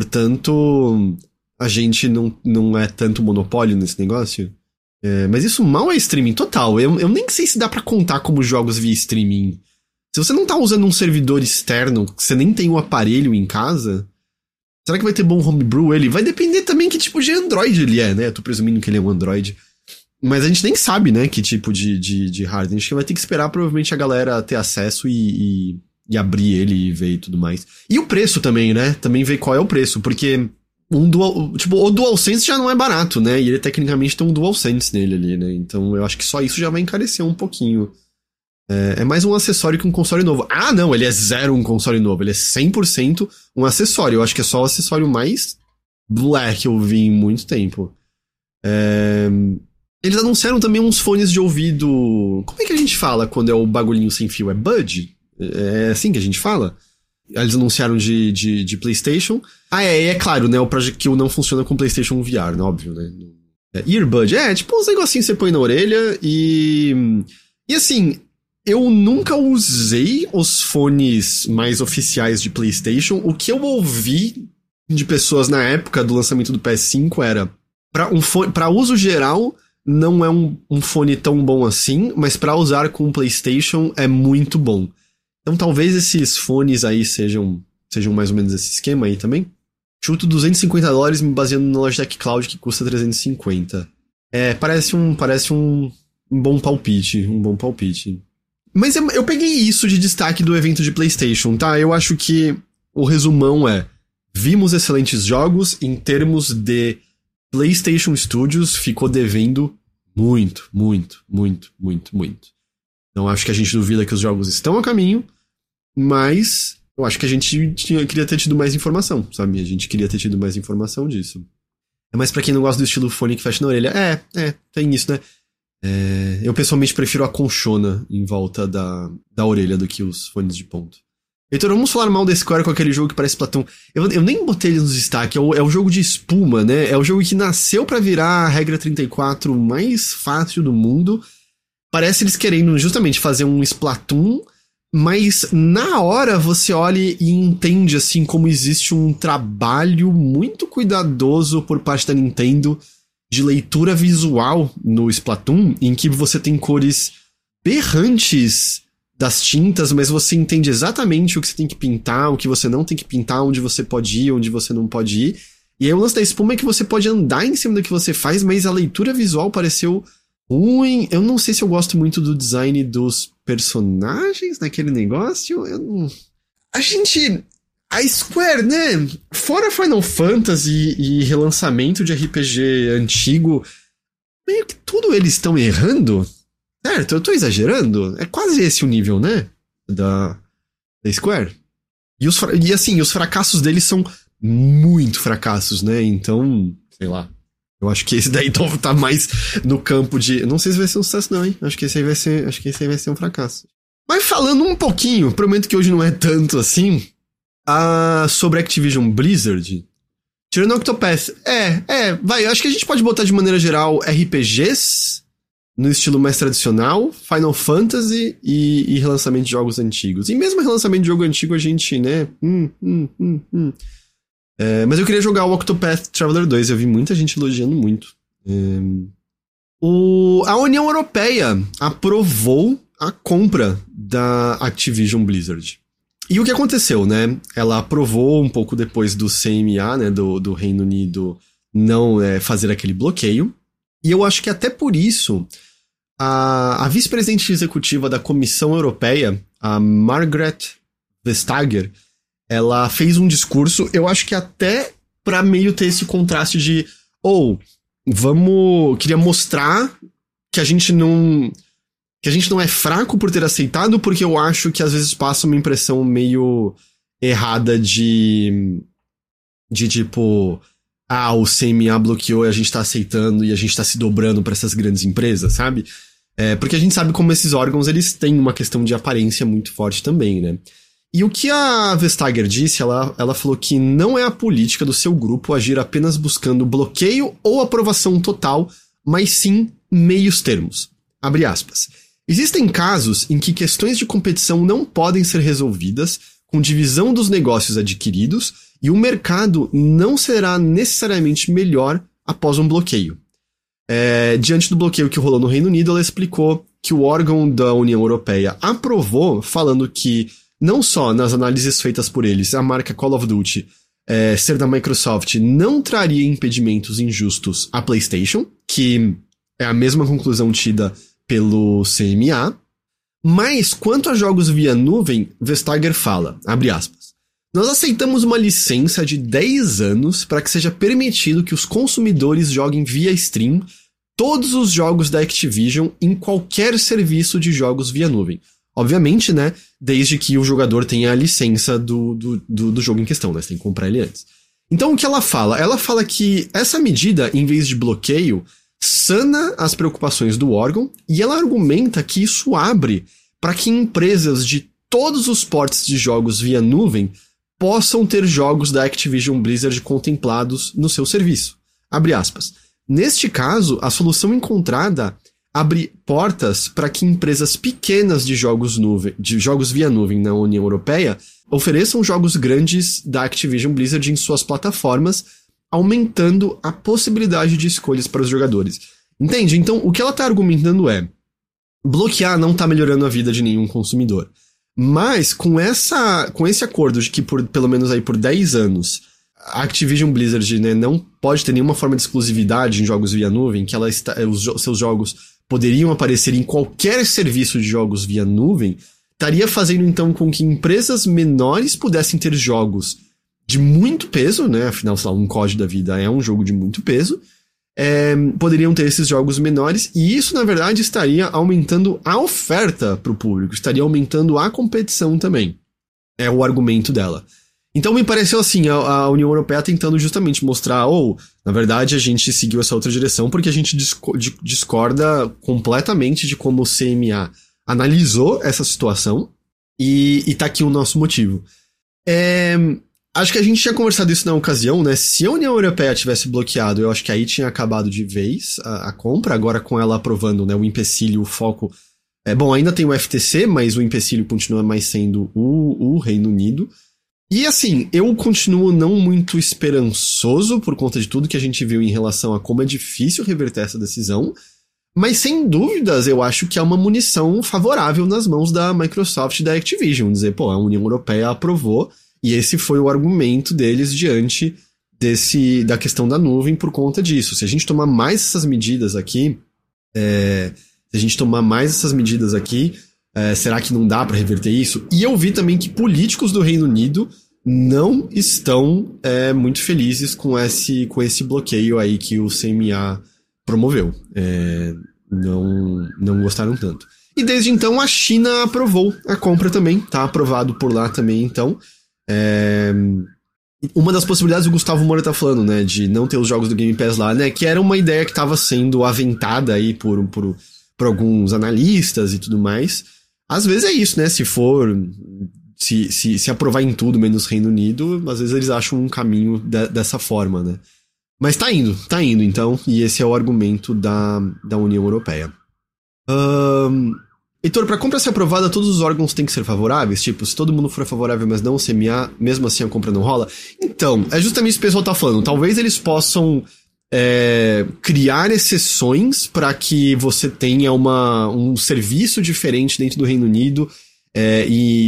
Portanto, a gente não, não é tanto monopólio nesse negócio. É, mas isso mal é streaming total. Eu, eu nem sei se dá pra contar como jogos via streaming. Se você não tá usando um servidor externo, você nem tem um aparelho em casa, será que vai ter bom homebrew ele? Vai depender também que tipo de Android ele é, né? Eu tô presumindo que ele é um Android. Mas a gente nem sabe, né, que tipo de, de, de hardware. A gente vai ter que esperar provavelmente a galera ter acesso e... e... E abrir ele e ver e tudo mais. E o preço também, né? Também ver qual é o preço. Porque um dual, tipo, o DualSense já não é barato, né? E ele tecnicamente tem um DualSense nele ali, né? Então eu acho que só isso já vai encarecer um pouquinho. É, é mais um acessório que um console novo. Ah, não, ele é zero um console novo. Ele é cem por cento um acessório. Eu acho que é só o acessório mais black que eu vi em muito tempo. É... Eles anunciaram também uns fones de ouvido... Como é que a gente fala quando é o bagulhinho sem fio? É Bud? É assim que a gente fala? Eles anunciaram de, de, de PlayStation. Ah, é, é claro, né? O Project Q não funciona com PlayStation V R, né? Óbvio, né? É, Earbud, é, tipo uns negocinhos que você põe na orelha e... E assim, eu nunca usei os fones mais oficiais de PlayStation. O que eu ouvi de pessoas na época do lançamento do P S cinco era... Pra, um fone, pra uso geral, não é um, um fone tão bom assim, mas pra usar com o PlayStation é muito bom. Então talvez esses fones aí sejam, sejam mais ou menos esse esquema aí também. Chuto duzentos e cinquenta dólares me baseando no Logitech Cloud que custa trezentos e cinquenta. É, parece um, parece um, um bom palpite, um bom palpite. Mas eu, eu peguei isso de destaque do evento de PlayStation, tá? Eu acho que o resumão é: vimos excelentes jogos em termos de PlayStation Studios, ficou devendo muito, muito, muito, muito, muito. Então acho que a gente duvida que os jogos estão a caminho, mas eu acho que a gente tinha, queria ter tido mais informação, sabe? A gente queria ter tido mais informação disso. Mas pra quem não gosta do estilo fone que fecha na orelha, é, é, tem isso, né? É, eu pessoalmente prefiro a conchona em volta da, da orelha do que os fones de ponto. Heitor, vamos falar mal da Square com aquele jogo que parece Platão. Eu, eu nem botei ele nos destaque, é o, é o jogo de espuma, né? É o jogo que nasceu pra virar a regra trinta e quatro mais fácil do mundo. Parece eles querendo justamente fazer um Splatoon, mas na hora você olha e entende assim como existe um trabalho muito cuidadoso por parte da Nintendo de leitura visual no Splatoon, em que você tem cores berrantes das tintas, mas você entende exatamente o que você tem que pintar, o que você não tem que pintar, onde você pode ir, onde você não pode ir. E aí o lance da espuma é que você pode andar em cima do que você faz, mas a leitura visual pareceu ruim. Eu não sei se eu gosto muito do design dos personagens naquele negócio. Eu não... A gente... A Square, né? Fora Final Fantasy e relançamento de R P G antigo, meio que tudo eles estão errando. Certo, eu tô exagerando? É quase esse o nível, né? Da, da Square. E, os, e assim, os fracassos deles são muito fracassos, né? Então, sei lá. Eu acho que esse daí tá mais no campo de... Não sei se vai ser um sucesso não, hein? Acho que esse aí vai ser, acho que esse aí vai ser um fracasso. Mas falando um pouquinho, prometo que hoje não é tanto assim, a, sobre Activision Blizzard. Tirando Octopath, é, é, vai, acho que a gente pode botar de maneira geral R P Gs... no estilo mais tradicional, Final Fantasy e, e relançamento de jogos antigos. E mesmo relançamento de jogo antigo a gente, né... Hum, hum, hum, hum. É, mas eu queria jogar o Octopath Traveler dois, eu vi muita gente elogiando muito. É, o, a União Europeia aprovou a compra da Activision Blizzard. E o que aconteceu, né? Ela aprovou um pouco depois do C M A, né, do, do Reino Unido, não é, fazer aquele bloqueio. E eu acho que até por isso... A, a vice-presidente executiva da Comissão Europeia, a Margrethe Vestager, ela fez um discurso, eu acho que até pra meio ter esse contraste de, ou, oh, vamos, queria mostrar que a gente não, que a gente não é fraco por ter aceitado, porque eu acho que às vezes passa uma impressão meio errada de, de tipo, ah, o C M A bloqueou e a gente tá aceitando e a gente tá se dobrando pra essas grandes empresas, sabe? É, porque a gente sabe como esses órgãos, eles têm uma questão de aparência muito forte também, né? E o que a Vestager disse, ela, ela falou que não é a política do seu grupo agir apenas buscando bloqueio ou aprovação total, mas sim meios termos. Abre aspas. Existem casos em que questões de competição não podem ser resolvidas com divisão dos negócios adquiridos e o mercado não será necessariamente melhor após um bloqueio. É, diante do bloqueio que rolou no Reino Unido, ela explicou que o órgão da União Europeia aprovou, falando que não só nas análises feitas por eles, a marca Call of Duty é, ser da Microsoft não traria impedimentos injustos à PlayStation, que é a mesma conclusão tida pelo C M A, mas quanto a jogos via nuvem, Vestager fala, abre aspas, nós aceitamos uma licença de dez anos para que seja permitido que os consumidores joguem via stream todos os jogos da Activision em qualquer serviço de jogos via nuvem. Obviamente, né, desde que o jogador tenha a licença do, do, do, do jogo em questão, né, você tem que comprar ele antes. Então, o que ela fala? Ela fala que essa medida, em vez de bloqueio, sana as preocupações do órgão, e ela argumenta que isso abre para que empresas de todos os portes de jogos via nuvem possam ter jogos da Activision Blizzard contemplados no seu serviço. Abre aspas. Neste caso, a solução encontrada abre portas para que empresas pequenas de jogos, nuvem, de jogos via nuvem na União Europeia ofereçam jogos grandes da Activision Blizzard em suas plataformas, aumentando a possibilidade de escolhas para os jogadores. Entende? Então, o que ela está argumentando é: bloquear não está melhorando a vida de nenhum consumidor. Mas, com, essa, com esse acordo de que, por, pelo menos aí por dez anos, a Activision Blizzard, né, não pode ter nenhuma forma de exclusividade em jogos via nuvem, que ela está, os jo- seus jogos poderiam aparecer em qualquer serviço de jogos via nuvem, estaria fazendo então com que empresas menores pudessem ter jogos de muito peso, né? Afinal, sei lá, um C O D da vida é um jogo de muito peso. É, poderiam ter esses jogos menores, e isso, na verdade, estaria aumentando a oferta para o público, estaria aumentando a competição também. É o argumento dela. Então me pareceu assim, a, a União Europeia tentando justamente mostrar, ou, oh, na verdade, a gente seguiu essa outra direção porque a gente disco- de- discorda completamente de como o C M A analisou essa situação, e, e tá aqui o nosso motivo. É... Acho que a gente tinha conversado isso na ocasião, né? Se a União Europeia tivesse bloqueado, eu acho que aí tinha acabado de vez a, a compra. Agora, com ela aprovando, né, o empecilho, o foco... É, bom, ainda tem o F T C, mas o empecilho continua mais sendo o, o Reino Unido. E assim, eu continuo não muito esperançoso por conta de tudo que a gente viu em relação a como é difícil reverter essa decisão. Mas, sem dúvidas, eu acho que é uma munição favorável nas mãos da Microsoft e da Activision. Dizer, pô, a União Europeia aprovou... E esse foi o argumento deles diante desse, da questão da nuvem por conta disso. Se a gente tomar mais essas medidas aqui, é, se a gente tomar mais essas medidas aqui, é, será que não dá para reverter isso? E eu vi também que políticos do Reino Unido não estão é, muito felizes com esse, com esse bloqueio aí que o C M A promoveu. É, não, não gostaram tanto. E desde então a China aprovou a compra também, tá aprovado por lá também, então... É... Uma das possibilidades o Gustavo Moura tá falando, né, de não ter os jogos do Game Pass lá, né, que era uma ideia que tava sendo aventada aí por, por, por alguns analistas e tudo mais. Às vezes é isso, né, se for, se, se, se aprovar em tudo menos Reino Unido, às vezes eles acham um caminho de, dessa forma, né. Mas tá indo, tá indo então, e esse é o argumento da, da União Europeia. Ahn... Um... Heitor, para compra ser aprovada, todos os órgãos têm que ser favoráveis? Tipo, se todo mundo for favorável, mas não o C M A, mesmo assim a compra não rola? Então, é justamente isso que o pessoal tá falando. Talvez eles possam é, criar exceções para que você tenha uma, um serviço diferente dentro do Reino Unido é,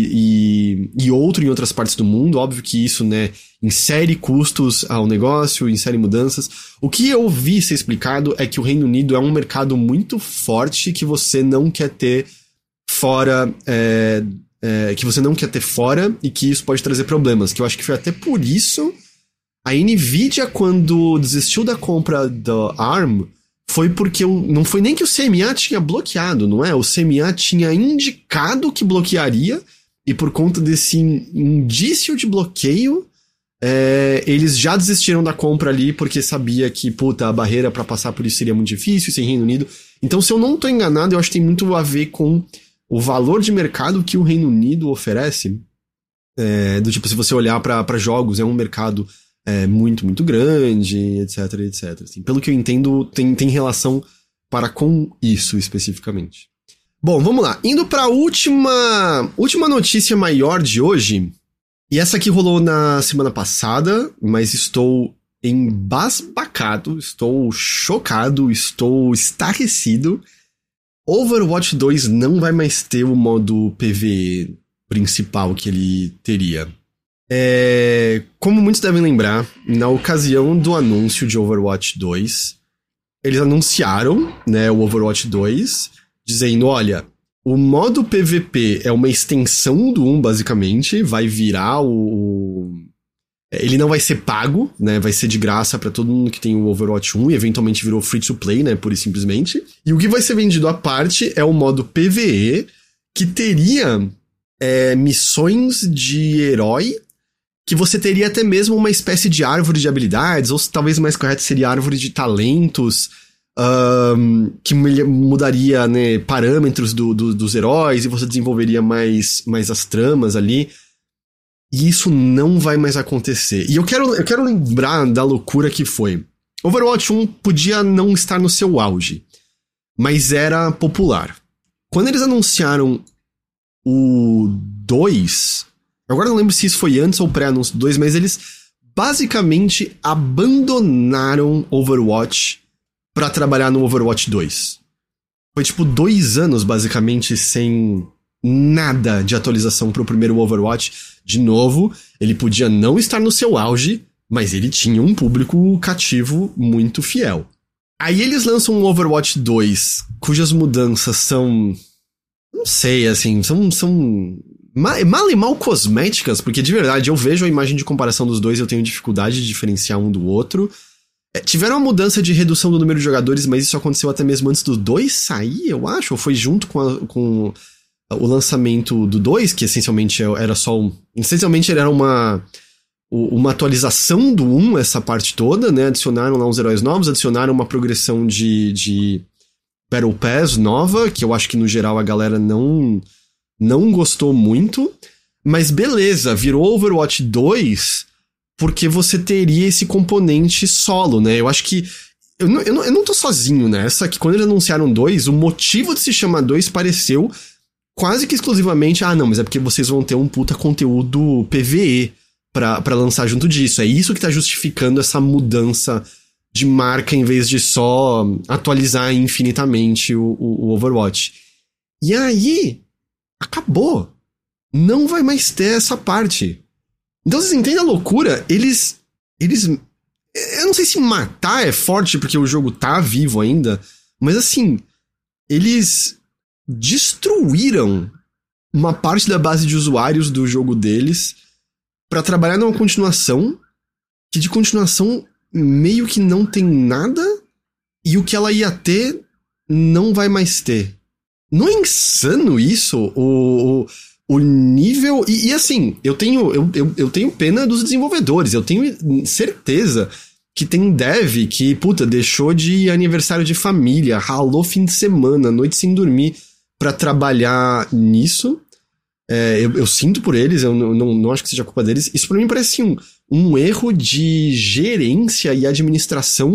e, e, e outro em outras partes do mundo. Óbvio que isso, né, insere custos ao negócio, insere mudanças. O que eu vi ser explicado é que o Reino Unido é um mercado muito forte que você não quer ter fora, é, é, que você não quer ter fora e que isso pode trazer problemas, que eu acho que foi até por isso a Nvidia, quando desistiu da compra da ARM, foi porque o, não foi nem que o C M A tinha bloqueado, não é? O C M A tinha indicado que bloquearia e por conta desse indício de bloqueio, é, eles já desistiram da compra ali porque sabia que, puta, a barreira pra passar por isso seria muito difícil, sem Reino Unido. Então, se eu não tô enganado, eu acho que tem muito a ver com o valor de mercado que o Reino Unido oferece. É, do tipo, se você olhar para jogos, é um mercado é, muito, muito grande, etc, etc. Assim, pelo que eu entendo, tem, tem relação para com isso especificamente. Bom, vamos lá. Indo para a última, última notícia maior de hoje. E essa aqui rolou na semana passada, mas estou embasbacado, estou chocado, estou estarrecido. Overwatch dois não vai mais ter o modo P V E principal que ele teria. É, como muitos devem lembrar, na ocasião do anúncio de Overwatch dois, eles anunciaram, né, o Overwatch dois, dizendo, olha, o modo P V P é uma extensão do um, basicamente, vai virar o... Ele não vai ser pago, né? Vai ser de graça pra todo mundo que tem o Overwatch um e eventualmente virou free to play, né? Pura e simplesmente. E o que vai ser vendido à parte é o modo P V E, que teria é, missões de herói, que você teria até mesmo uma espécie de árvore de habilidades, ou talvez mais correto seria árvore de talentos, um, que mudaria, né, parâmetros do, do, dos heróis, e você desenvolveria mais, mais as tramas ali. E isso não vai mais acontecer. E eu quero, eu quero lembrar da loucura que foi. Overwatch um podia não estar no seu auge, mas era popular. Quando eles anunciaram o dois, agora não lembro se isso foi antes ou pré-anúncio do dois, mas eles basicamente abandonaram Overwatch pra trabalhar no Overwatch dois. Foi tipo dois anos basicamente sem nada de atualização pro primeiro Overwatch. De novo, ele podia não estar no seu auge, mas ele tinha um público cativo muito fiel. Aí eles lançam um Overwatch dois, cujas mudanças são... não sei, assim, são... são mal e mal cosméticas, porque de verdade eu vejo a imagem de comparação dos dois e eu tenho dificuldade de diferenciar um do outro. É, tiveram uma mudança de redução do número de jogadores, mas isso aconteceu até mesmo antes do dois sair, eu acho, ou foi junto com, a, com o lançamento do dois, que essencialmente era só um... essencialmente era uma... uma atualização do um, essa parte toda, né? Adicionaram lá uns heróis novos, adicionaram uma progressão de, de Battle Pass nova, que eu acho que no geral a galera não, não gostou muito. Mas beleza, virou Overwatch dois porque você teria esse componente solo, né? Eu acho que... Eu não, eu não, eu não tô sozinho nessa, que quando eles anunciaram dois, o motivo de se chamar dois pareceu quase que exclusivamente, ah não, mas é porque vocês vão ter um puta conteúdo P V E Pra, pra lançar junto disso. É isso que tá justificando essa mudança de marca em vez de só atualizar infinitamente o, o, o Overwatch. E aí, acabou. Não vai mais ter essa parte. Então vocês entendem a loucura? Eles... Eles... Eu não sei se matar é forte porque o jogo tá vivo ainda, mas assim, eles destruíram uma parte da base de usuários do jogo deles pra trabalhar numa continuação que de continuação meio que não tem nada e o que ela ia ter não vai mais ter. Não é insano isso? O, o, o nível... E, e assim, eu tenho, eu, eu, eu tenho pena dos desenvolvedores. Eu tenho certeza que tem dev que, puta, deixou de aniversário de família, ralou fim de semana, noite sem dormir pra trabalhar nisso. É, eu, eu sinto por eles, eu não, não, não acho que seja culpa deles. Isso pra mim parece um, um erro de gerência e administração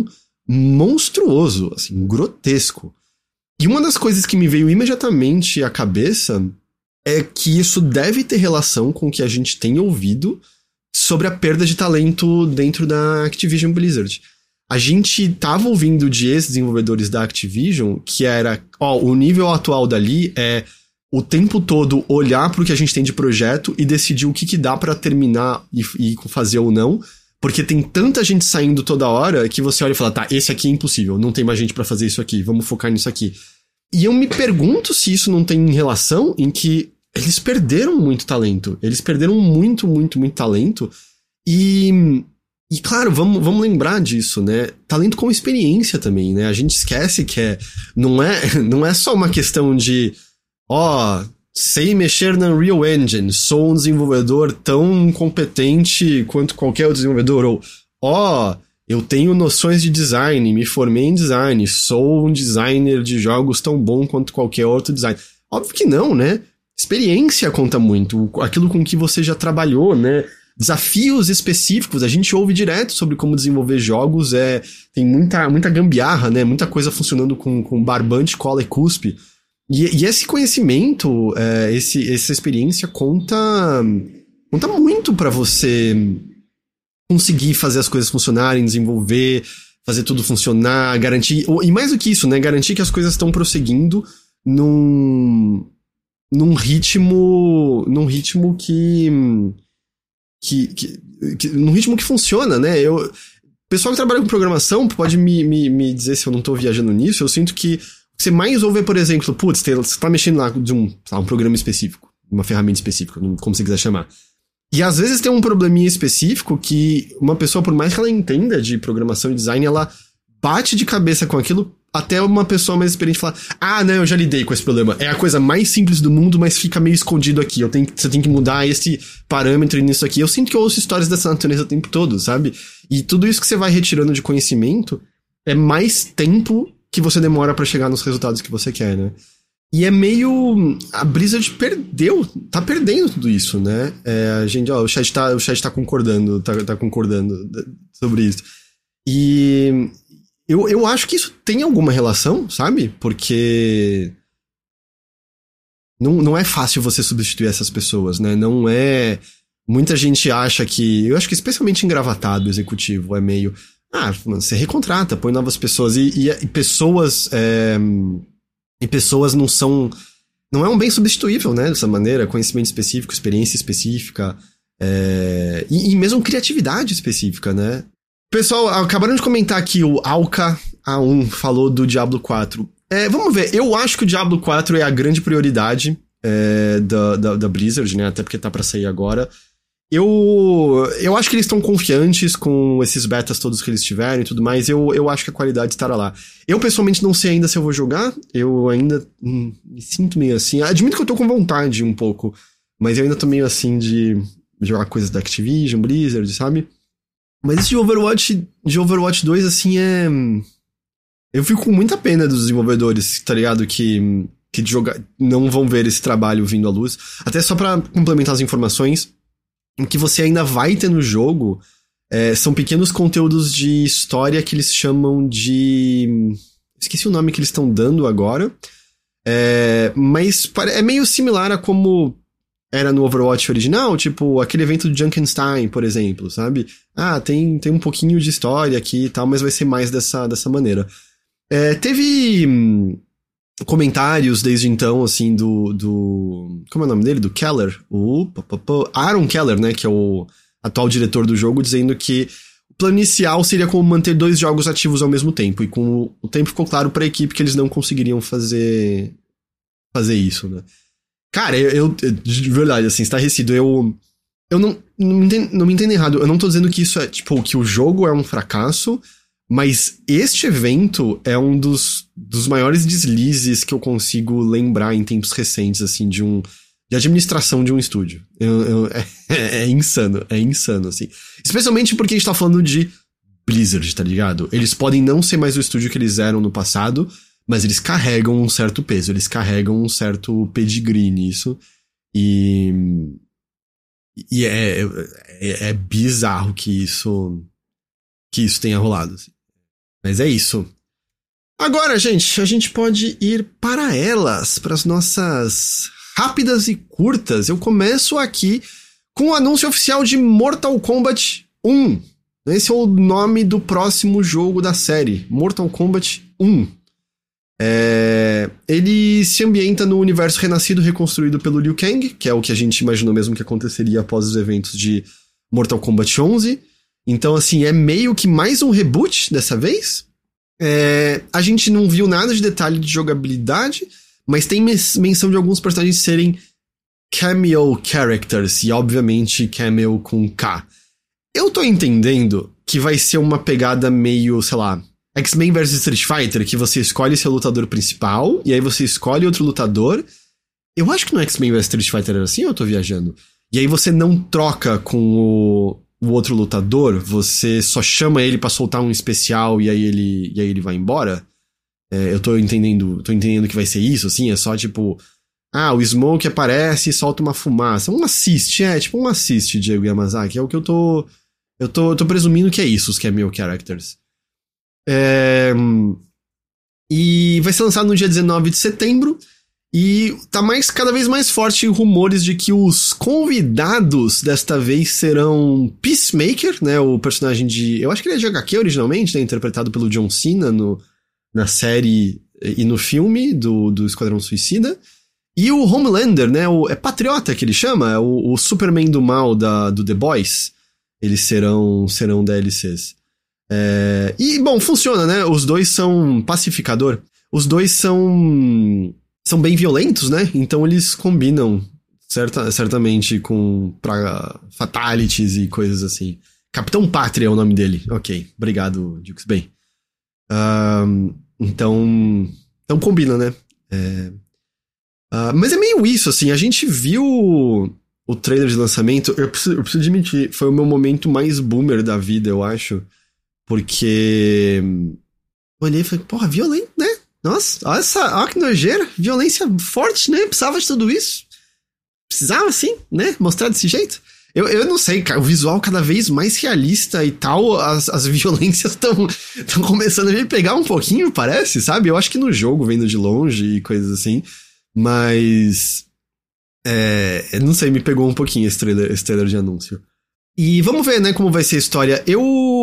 monstruoso, assim, grotesco. E uma das coisas que me veio imediatamente à cabeça é que isso deve ter relação com o que a gente tem ouvido sobre a perda de talento dentro da Activision Blizzard. A gente tava ouvindo de ex-desenvolvedores da Activision que era, ó, o nível atual dali é o tempo todo olhar pro que a gente tem de projeto e decidir o que que dá pra terminar e, e fazer ou não, porque tem tanta gente saindo toda hora que você olha e fala, tá, esse aqui é impossível, não tem mais gente pra fazer isso aqui, vamos focar nisso aqui. E eu me pergunto se isso não tem relação em que eles perderam muito talento, eles perderam muito, muito, muito talento, e... E claro, vamos, vamos lembrar disso, né? Talento com experiência também, né? A gente esquece que é, não é, não é só uma questão de ó, oh, sei mexer na Unreal Engine, sou um desenvolvedor tão competente quanto qualquer outro desenvolvedor, ou ó, oh, eu tenho noções de design, me formei em design, sou um designer de jogos tão bom quanto qualquer outro designer. Óbvio que não, né? Experiência conta muito, aquilo com que você já trabalhou, né? Desafios específicos, a gente ouve direto sobre como desenvolver jogos, é, tem muita, muita gambiarra, né? Muita coisa funcionando com, com barbante, cola e cuspe. E, e esse conhecimento, é, esse, essa experiência conta, conta muito pra você conseguir fazer as coisas funcionarem, desenvolver, fazer tudo funcionar, garantir... E mais do que isso, né? Garantir que as coisas estão prosseguindo num, num ritmo, num ritmo que... Que, que, que, num ritmo que funciona, né? Eu, o pessoal que trabalha com programação pode me, me, me dizer se eu não tô viajando nisso. Eu sinto que o que você mais ouve é, por exemplo, putz, você tá mexendo lá de um, lá, um programa específico, uma ferramenta específica, como você quiser chamar. E às vezes tem um probleminha específico que uma pessoa, por mais que ela entenda de programação e design, ela bate de cabeça com aquilo até uma pessoa mais experiente falar, ah, não, eu já lidei com esse problema. É a coisa mais simples do mundo, mas fica meio escondido aqui. Eu tenho, você tem que mudar esse parâmetro nisso aqui. Eu sinto que eu ouço histórias dessa natureza o tempo todo, sabe? E tudo isso que você vai retirando de conhecimento é mais tempo que você demora pra chegar nos resultados que você quer, né? E é meio... A Blizzard perdeu, tá perdendo tudo isso, né? É, a gente, ó, o chat tá, o chat tá concordando, tá, tá concordando sobre isso. E eu, eu acho que isso tem alguma relação, sabe? Porque não, não é fácil você substituir essas pessoas, né? Não é... Muita gente acha que... Eu acho que especialmente engravatado, executivo, é meio... Ah, você recontrata, põe novas pessoas. E, e, e pessoas... É, e pessoas não são... Não é um bem substituível, né? Dessa maneira, conhecimento específico, experiência específica, é, e, e mesmo criatividade específica, né? Pessoal, acabaram de comentar aqui, o Alka A um falou do Diablo quatro. É, vamos ver, eu acho que o Diablo quatro é a grande prioridade é, da, da, da Blizzard, né? Até porque tá pra sair agora. Eu, eu acho que eles estão confiantes com esses betas todos que eles tiveram e tudo mais. Eu, eu acho que a qualidade estará lá. Eu, pessoalmente, não sei ainda se eu vou jogar. Eu ainda hum, me sinto meio assim. Admito que eu tô com vontade um pouco. Mas eu ainda tô meio assim de jogar coisas da Activision, Blizzard, sabe? Mas esse de Overwatch, de Overwatch dois, assim, é... Eu fico com muita pena dos desenvolvedores, tá ligado? Que, que joga... não vão ver esse trabalho vindo à luz. Até só pra complementar as informações... O que você ainda vai ter no jogo é, são pequenos conteúdos de história que eles chamam de... Esqueci o nome que eles estão dando agora. É, mas é meio similar a como era no Overwatch original, tipo aquele evento do Junkenstein, por exemplo, sabe? Ah, tem, tem um pouquinho de história aqui e tal, mas vai ser mais dessa, dessa maneira. É, teve... comentários desde então, assim, do, do... Como é o nome dele? Do Keller? O Aaron Keller, né? Que é o atual diretor do jogo, dizendo que o plano inicial seria como manter dois jogos ativos ao mesmo tempo. E com o tempo ficou claro pra equipe que eles não conseguiriam fazer... Fazer isso, né? Cara, eu... eu de verdade, assim, estarrecido. Eu... Eu não... Não me, entendo, não me entendo errado. Eu não tô dizendo que isso é, tipo, que o jogo é um fracasso... Mas este evento é um dos, dos maiores deslizes que eu consigo lembrar em tempos recentes, assim, de um... de administração de um estúdio. Eu, eu, é, é insano, é insano, assim. Especialmente porque a gente tá falando de Blizzard, tá ligado? Eles podem não ser mais o estúdio que eles eram no passado, mas eles carregam um certo peso, eles carregam um certo pedigree nisso. E... E é, é, é bizarro que isso... que isso tenha rolado, assim. Mas é isso. Agora, gente, a gente pode ir para elas, para as nossas rápidas e curtas. Eu começo aqui com o anúncio oficial de Mortal Kombat um. Esse é o nome do próximo jogo da série, Mortal Kombat um. É... Ele se ambienta no universo renascido reconstruído pelo Liu Kang, que é o que a gente imaginou mesmo que aconteceria após os eventos de Mortal Kombat onze. Então, assim, é meio que mais um reboot dessa vez. É, a gente não viu nada de detalhe de jogabilidade, mas tem menção de alguns personagens serem cameo characters, e obviamente cameo com K. Eu tô entendendo que vai ser uma pegada meio, sei lá, X-Men versus Street Fighter, que você escolhe seu lutador principal, e aí você escolhe outro lutador. Eu acho que no X-Men versus Street Fighter era assim, ou eu tô viajando? E aí você não troca com o... o outro lutador, você só chama ele pra soltar um especial e aí ele, e aí ele vai embora? É, eu tô entendendo, tô entendendo que vai ser isso, assim, é só tipo... Ah, o Smoke aparece e solta uma fumaça. Um assist, é, tipo um assist, Diego Yamazaki. É o que eu tô... Eu tô, eu tô presumindo que é isso, os cameo characters. É, e vai ser lançado no dia dezenove de setembro. E tá mais, cada vez mais forte rumores de que os convidados desta vez serão Peacemaker, né, o personagem de... Eu acho que ele é de H Q originalmente, né, interpretado pelo John Cena no, na série e no filme do, do Esquadrão Suicida. E o Homelander, né, o, é Patriota que ele chama, é o, o Superman do mal da, do The Boys. Eles serão, serão D L Cs. É, e, bom, funciona, né, os dois são pacificador. Os dois são... são bem violentos, né? Então eles combinam certa, certamente com pra fatalities e coisas assim. Capitão Pátria é o nome dele. Ok, obrigado, Dukes. Bem. Um, Então, então combina, né? É... Uh, mas é meio isso, assim, a gente viu o trailer de lançamento, eu preciso, eu preciso admitir, foi o meu momento mais boomer da vida, eu acho, porque eu olhei e falei, porra, violento, né? Nossa, olha essa, olha que nojeira, violência forte, né? Precisava de tudo isso. Precisava, sim, né? Mostrar desse jeito. Eu, eu não sei, cara, o visual cada vez mais realista e tal, as, as violências estão começando a me pegar um pouquinho, parece, sabe? Eu acho que no jogo, vendo de longe e coisas assim. Mas, é, não sei, me pegou um pouquinho esse trailer, esse trailer de anúncio. E vamos ver, né, como vai ser a história. Eu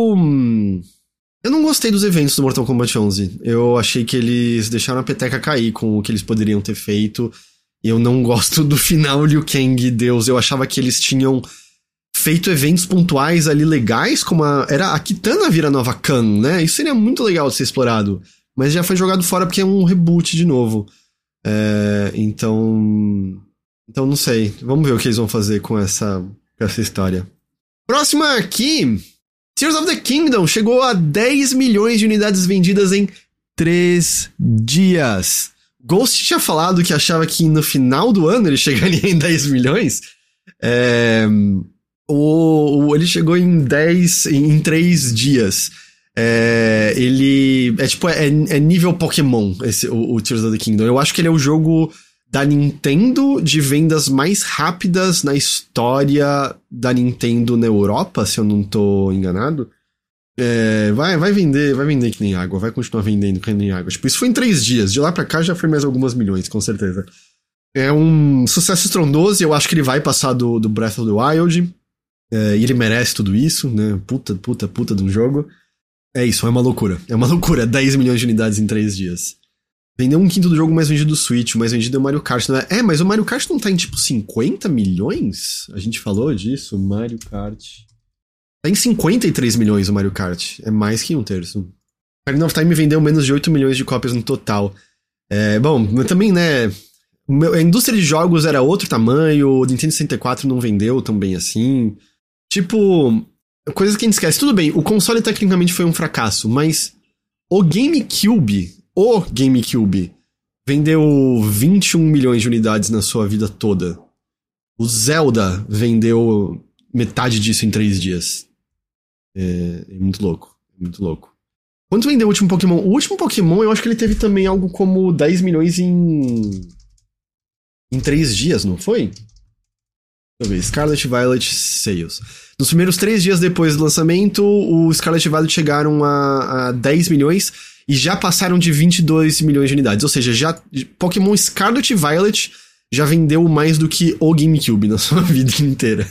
eu não gostei dos eventos do Mortal Kombat onze. Eu achei que eles deixaram a peteca cair com o que eles poderiam ter feito. Eu não gosto do final Liu Kang, Deus. Eu achava que eles tinham feito eventos pontuais ali legais, como a... Era a Kitana vira nova Khan, né? Isso seria muito legal de ser explorado. Mas já foi jogado fora porque é um reboot de novo. É, então, então não sei. Vamos ver o que eles vão fazer com essa, com essa história. Próxima aqui, Tears of the Kingdom chegou a dez milhões de unidades vendidas em três dias. Ghost tinha falado que achava que no final do ano ele chegaria em dez milhões. É, o, o, ele chegou em dez em três dias. É, ele é tipo, é, é nível Pokémon, esse, o, o Tears of the Kingdom. Eu acho que ele é o jogo da Nintendo de vendas mais rápidas na história da Nintendo na Europa, se eu não tô enganado. É, vai, vai vender, vai vender que nem água, vai continuar vendendo que nem água. Tipo, isso foi em três dias, de lá pra cá já foi mais algumas milhões, com certeza. É um sucesso estrondoso e eu acho que ele vai passar do, do Breath of the Wild. É, e ele merece tudo isso, né? Puta, puta, puta de um jogo. É isso, é uma loucura. É uma loucura. dez milhões de unidades em três dias. Vendeu um quinto do jogo mais vendido do Switch, o mais vendido é o Mario Kart. Não é? é, mas o Mario Kart não tá em tipo cinquenta milhões? A gente falou disso, Mario Kart. Tá em cinquenta e três milhões o Mario Kart. É mais que um terço. Ocarina of Time vendeu menos de oito milhões de cópias no total. É, bom, mas também, né... A indústria de jogos era outro tamanho, o Nintendo sessenta e quatro não vendeu tão bem assim. Tipo... Coisas que a gente esquece. Tudo bem, o console tecnicamente foi um fracasso, mas o GameCube, o GameCube, vendeu vinte e um milhões de unidades na sua vida toda. O Zelda vendeu metade disso em três dias. É, é muito louco, é muito louco. Quanto vendeu o último Pokémon? O último Pokémon, eu acho que ele teve também algo como dez milhões em... em três dias, não foi? Deixa eu ver, Scarlet Violet Sales. Nos primeiros três dias depois do lançamento, o Scarlet Violet chegaram a, a dez milhões e já passaram de vinte e dois milhões de unidades. Ou seja, já Pokémon Scarlet Violet já vendeu mais do que o GameCube na sua vida inteira.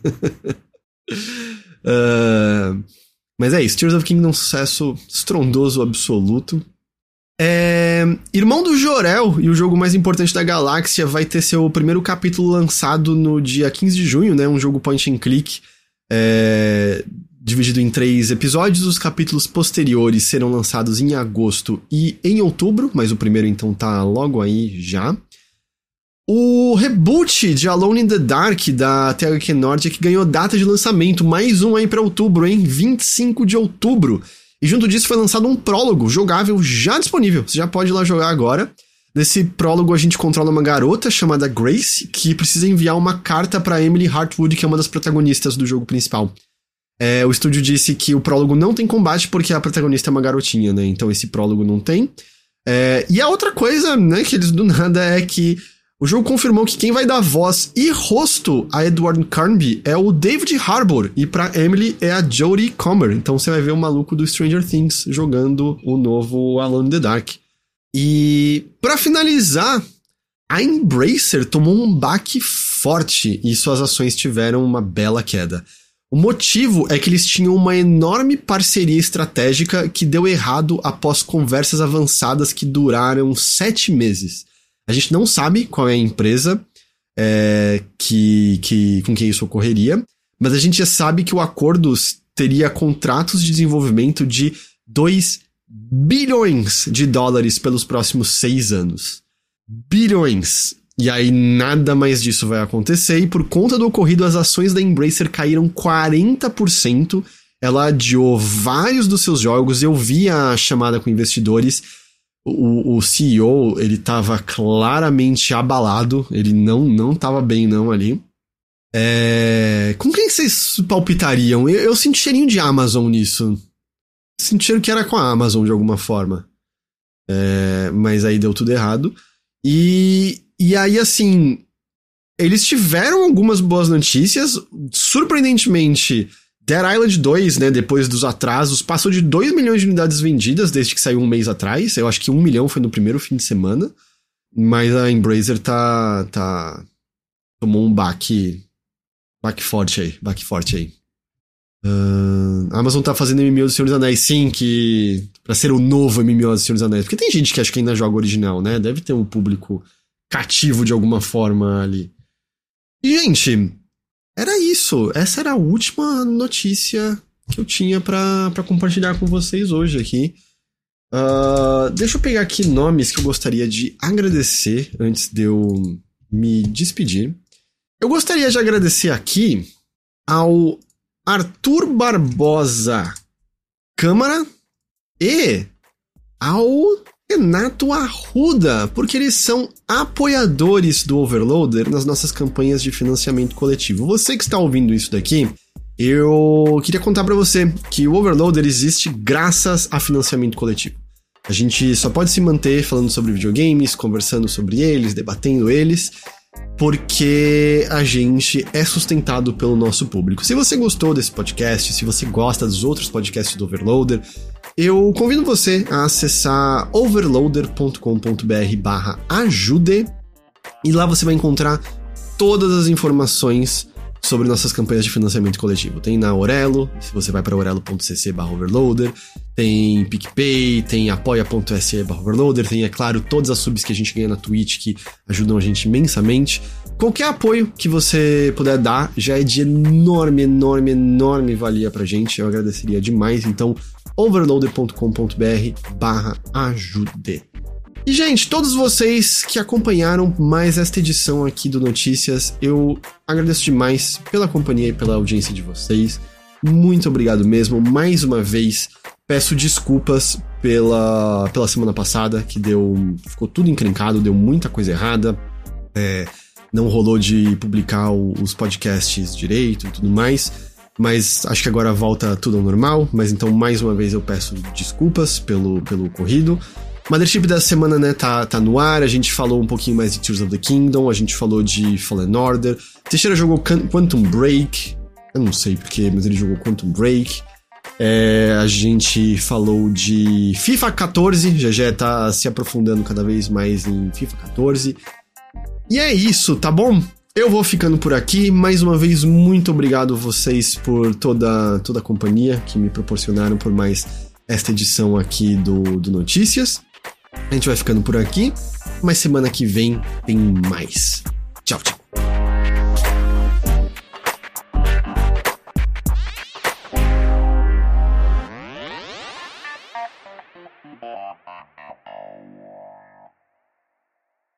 uh, mas é isso, Tears of the Kingdom é um sucesso estrondoso absoluto. É, Irmão do Jor-El e o jogo mais importante da galáxia vai ter seu primeiro capítulo lançado no dia quinze de junho, né? Um jogo point and click é, dividido em três episódios. Os capítulos posteriores serão lançados em agosto e em outubro, mas o primeiro então tá logo aí já. O reboot de Alone in the Dark da T H Q Nordic ganhou data de lançamento, mais um aí pra outubro, hein? vinte e cinco de outubro. E junto disso foi lançado um prólogo jogável já disponível. Você já pode ir lá jogar agora. Nesse prólogo a gente controla uma garota chamada Grace, que precisa enviar uma carta pra Emily Hartwood, que é uma das protagonistas do jogo principal. É, o estúdio disse que o prólogo não tem combate porque a protagonista é uma garotinha, né? Então esse prólogo não tem. É, e a outra coisa, né, que eles do nada é que o jogo confirmou que quem vai dar voz e rosto a Edward Carnby é o David Harbour, e pra Emily é a Jodie Comer. Então você vai ver o maluco do Stranger Things jogando o novo Alone in the Dark. E pra finalizar, a Embracer tomou um baque forte e suas ações tiveram uma bela queda. O motivo é que eles tinham uma enorme parceria estratégica que deu errado após conversas avançadas que duraram sete meses. A gente não sabe qual é a empresa é, que, que, com quem isso ocorreria, mas a gente já sabe que o acordo teria contratos de desenvolvimento de dois bilhões de dólares pelos próximos seis anos. Bilhões! E aí nada mais disso vai acontecer, e por conta do ocorrido as ações da Embracer caíram quarenta por cento. Ela adiou vários dos seus jogos, eu vi a chamada com investidores, O, o C E O, ele tava claramente abalado, ele não, não tava bem não ali. É... Com quem vocês palpitariam? Eu, eu senti cheirinho de Amazon nisso. Sentiram que era com a Amazon de alguma forma. É... Mas aí deu tudo errado. E, e aí, assim, eles tiveram algumas boas notícias. Surpreendentemente, Dead Island dois, né, depois dos atrasos, passou de dois milhões de unidades vendidas desde que saiu um mês atrás. Eu acho que um milhão foi no primeiro fim de semana. Mas a Embracer tá... tá... tomou um baque... baque forte aí, baque forte aí. Uh, a Amazon tá fazendo M M O do Senhor dos Anéis, sim, que... pra ser o novo M M O do Senhor dos Anéis. Porque tem gente que acha que ainda joga original, né? Deve ter um público cativo de alguma forma ali. E, gente, era isso. Essa era a última notícia que eu tinha pra, pra compartilhar com vocês hoje aqui. Uh, deixa eu pegar aqui nomes que eu gostaria de agradecer antes de eu me despedir. Eu gostaria de agradecer aqui ao Arthur Barbosa Câmara e ao Renato Arruda, porque eles são apoiadores do Overloader nas nossas campanhas de financiamento coletivo. Você que está ouvindo isso daqui, eu queria contar pra você que o Overloader existe graças a financiamento coletivo. A gente só pode se manter falando sobre videogames, conversando sobre eles, debatendo eles, porque a gente é sustentado pelo nosso público. Se você gostou desse podcast, se você gosta dos outros podcasts do Overloader, eu convido você a acessar overloader.com.br barra ajude, e lá você vai encontrar todas as informações sobre nossas campanhas de financiamento coletivo. Tem na Aurelo, se você vai para aurelo.cc barra overloader, tem PicPay, tem apoia.se barra overloader, tem, é claro, todas as subs que a gente ganha na Twitch que ajudam a gente imensamente. Qualquer apoio que você puder dar já é de enorme, enorme, enorme valia pra gente, eu agradeceria demais. Então, overloader.com.br barra ajude. E, gente, todos vocês que acompanharam mais esta edição aqui do Notícias, eu agradeço demais pela companhia e pela audiência de vocês. Muito obrigado mesmo. Mais uma vez, peço desculpas pela, pela semana passada, que deu ficou tudo encrencado, deu muita coisa errada. É, não rolou de publicar o, os podcasts direito e tudo mais. Mas acho que agora volta tudo ao normal. Mas então, mais uma vez, eu peço desculpas pelo, pelo ocorrido. Mothership da semana, né, tá, tá no ar. A gente falou um pouquinho mais de Tears of the Kingdom, a gente falou de Fallen Order. Teixeira jogou Quantum Break, eu não sei porquê, mas ele jogou Quantum Break. É, a gente falou de FIFA quatorze, G G tá se aprofundando cada vez mais em FIFA quatorze. E é isso, tá bom? Eu vou ficando por aqui. Mais uma vez, muito obrigado vocês por toda, toda a companhia que me proporcionaram por mais esta edição aqui do, do Notícias. A gente vai ficando por aqui, mas semana que vem tem mais. Tchau, tchau.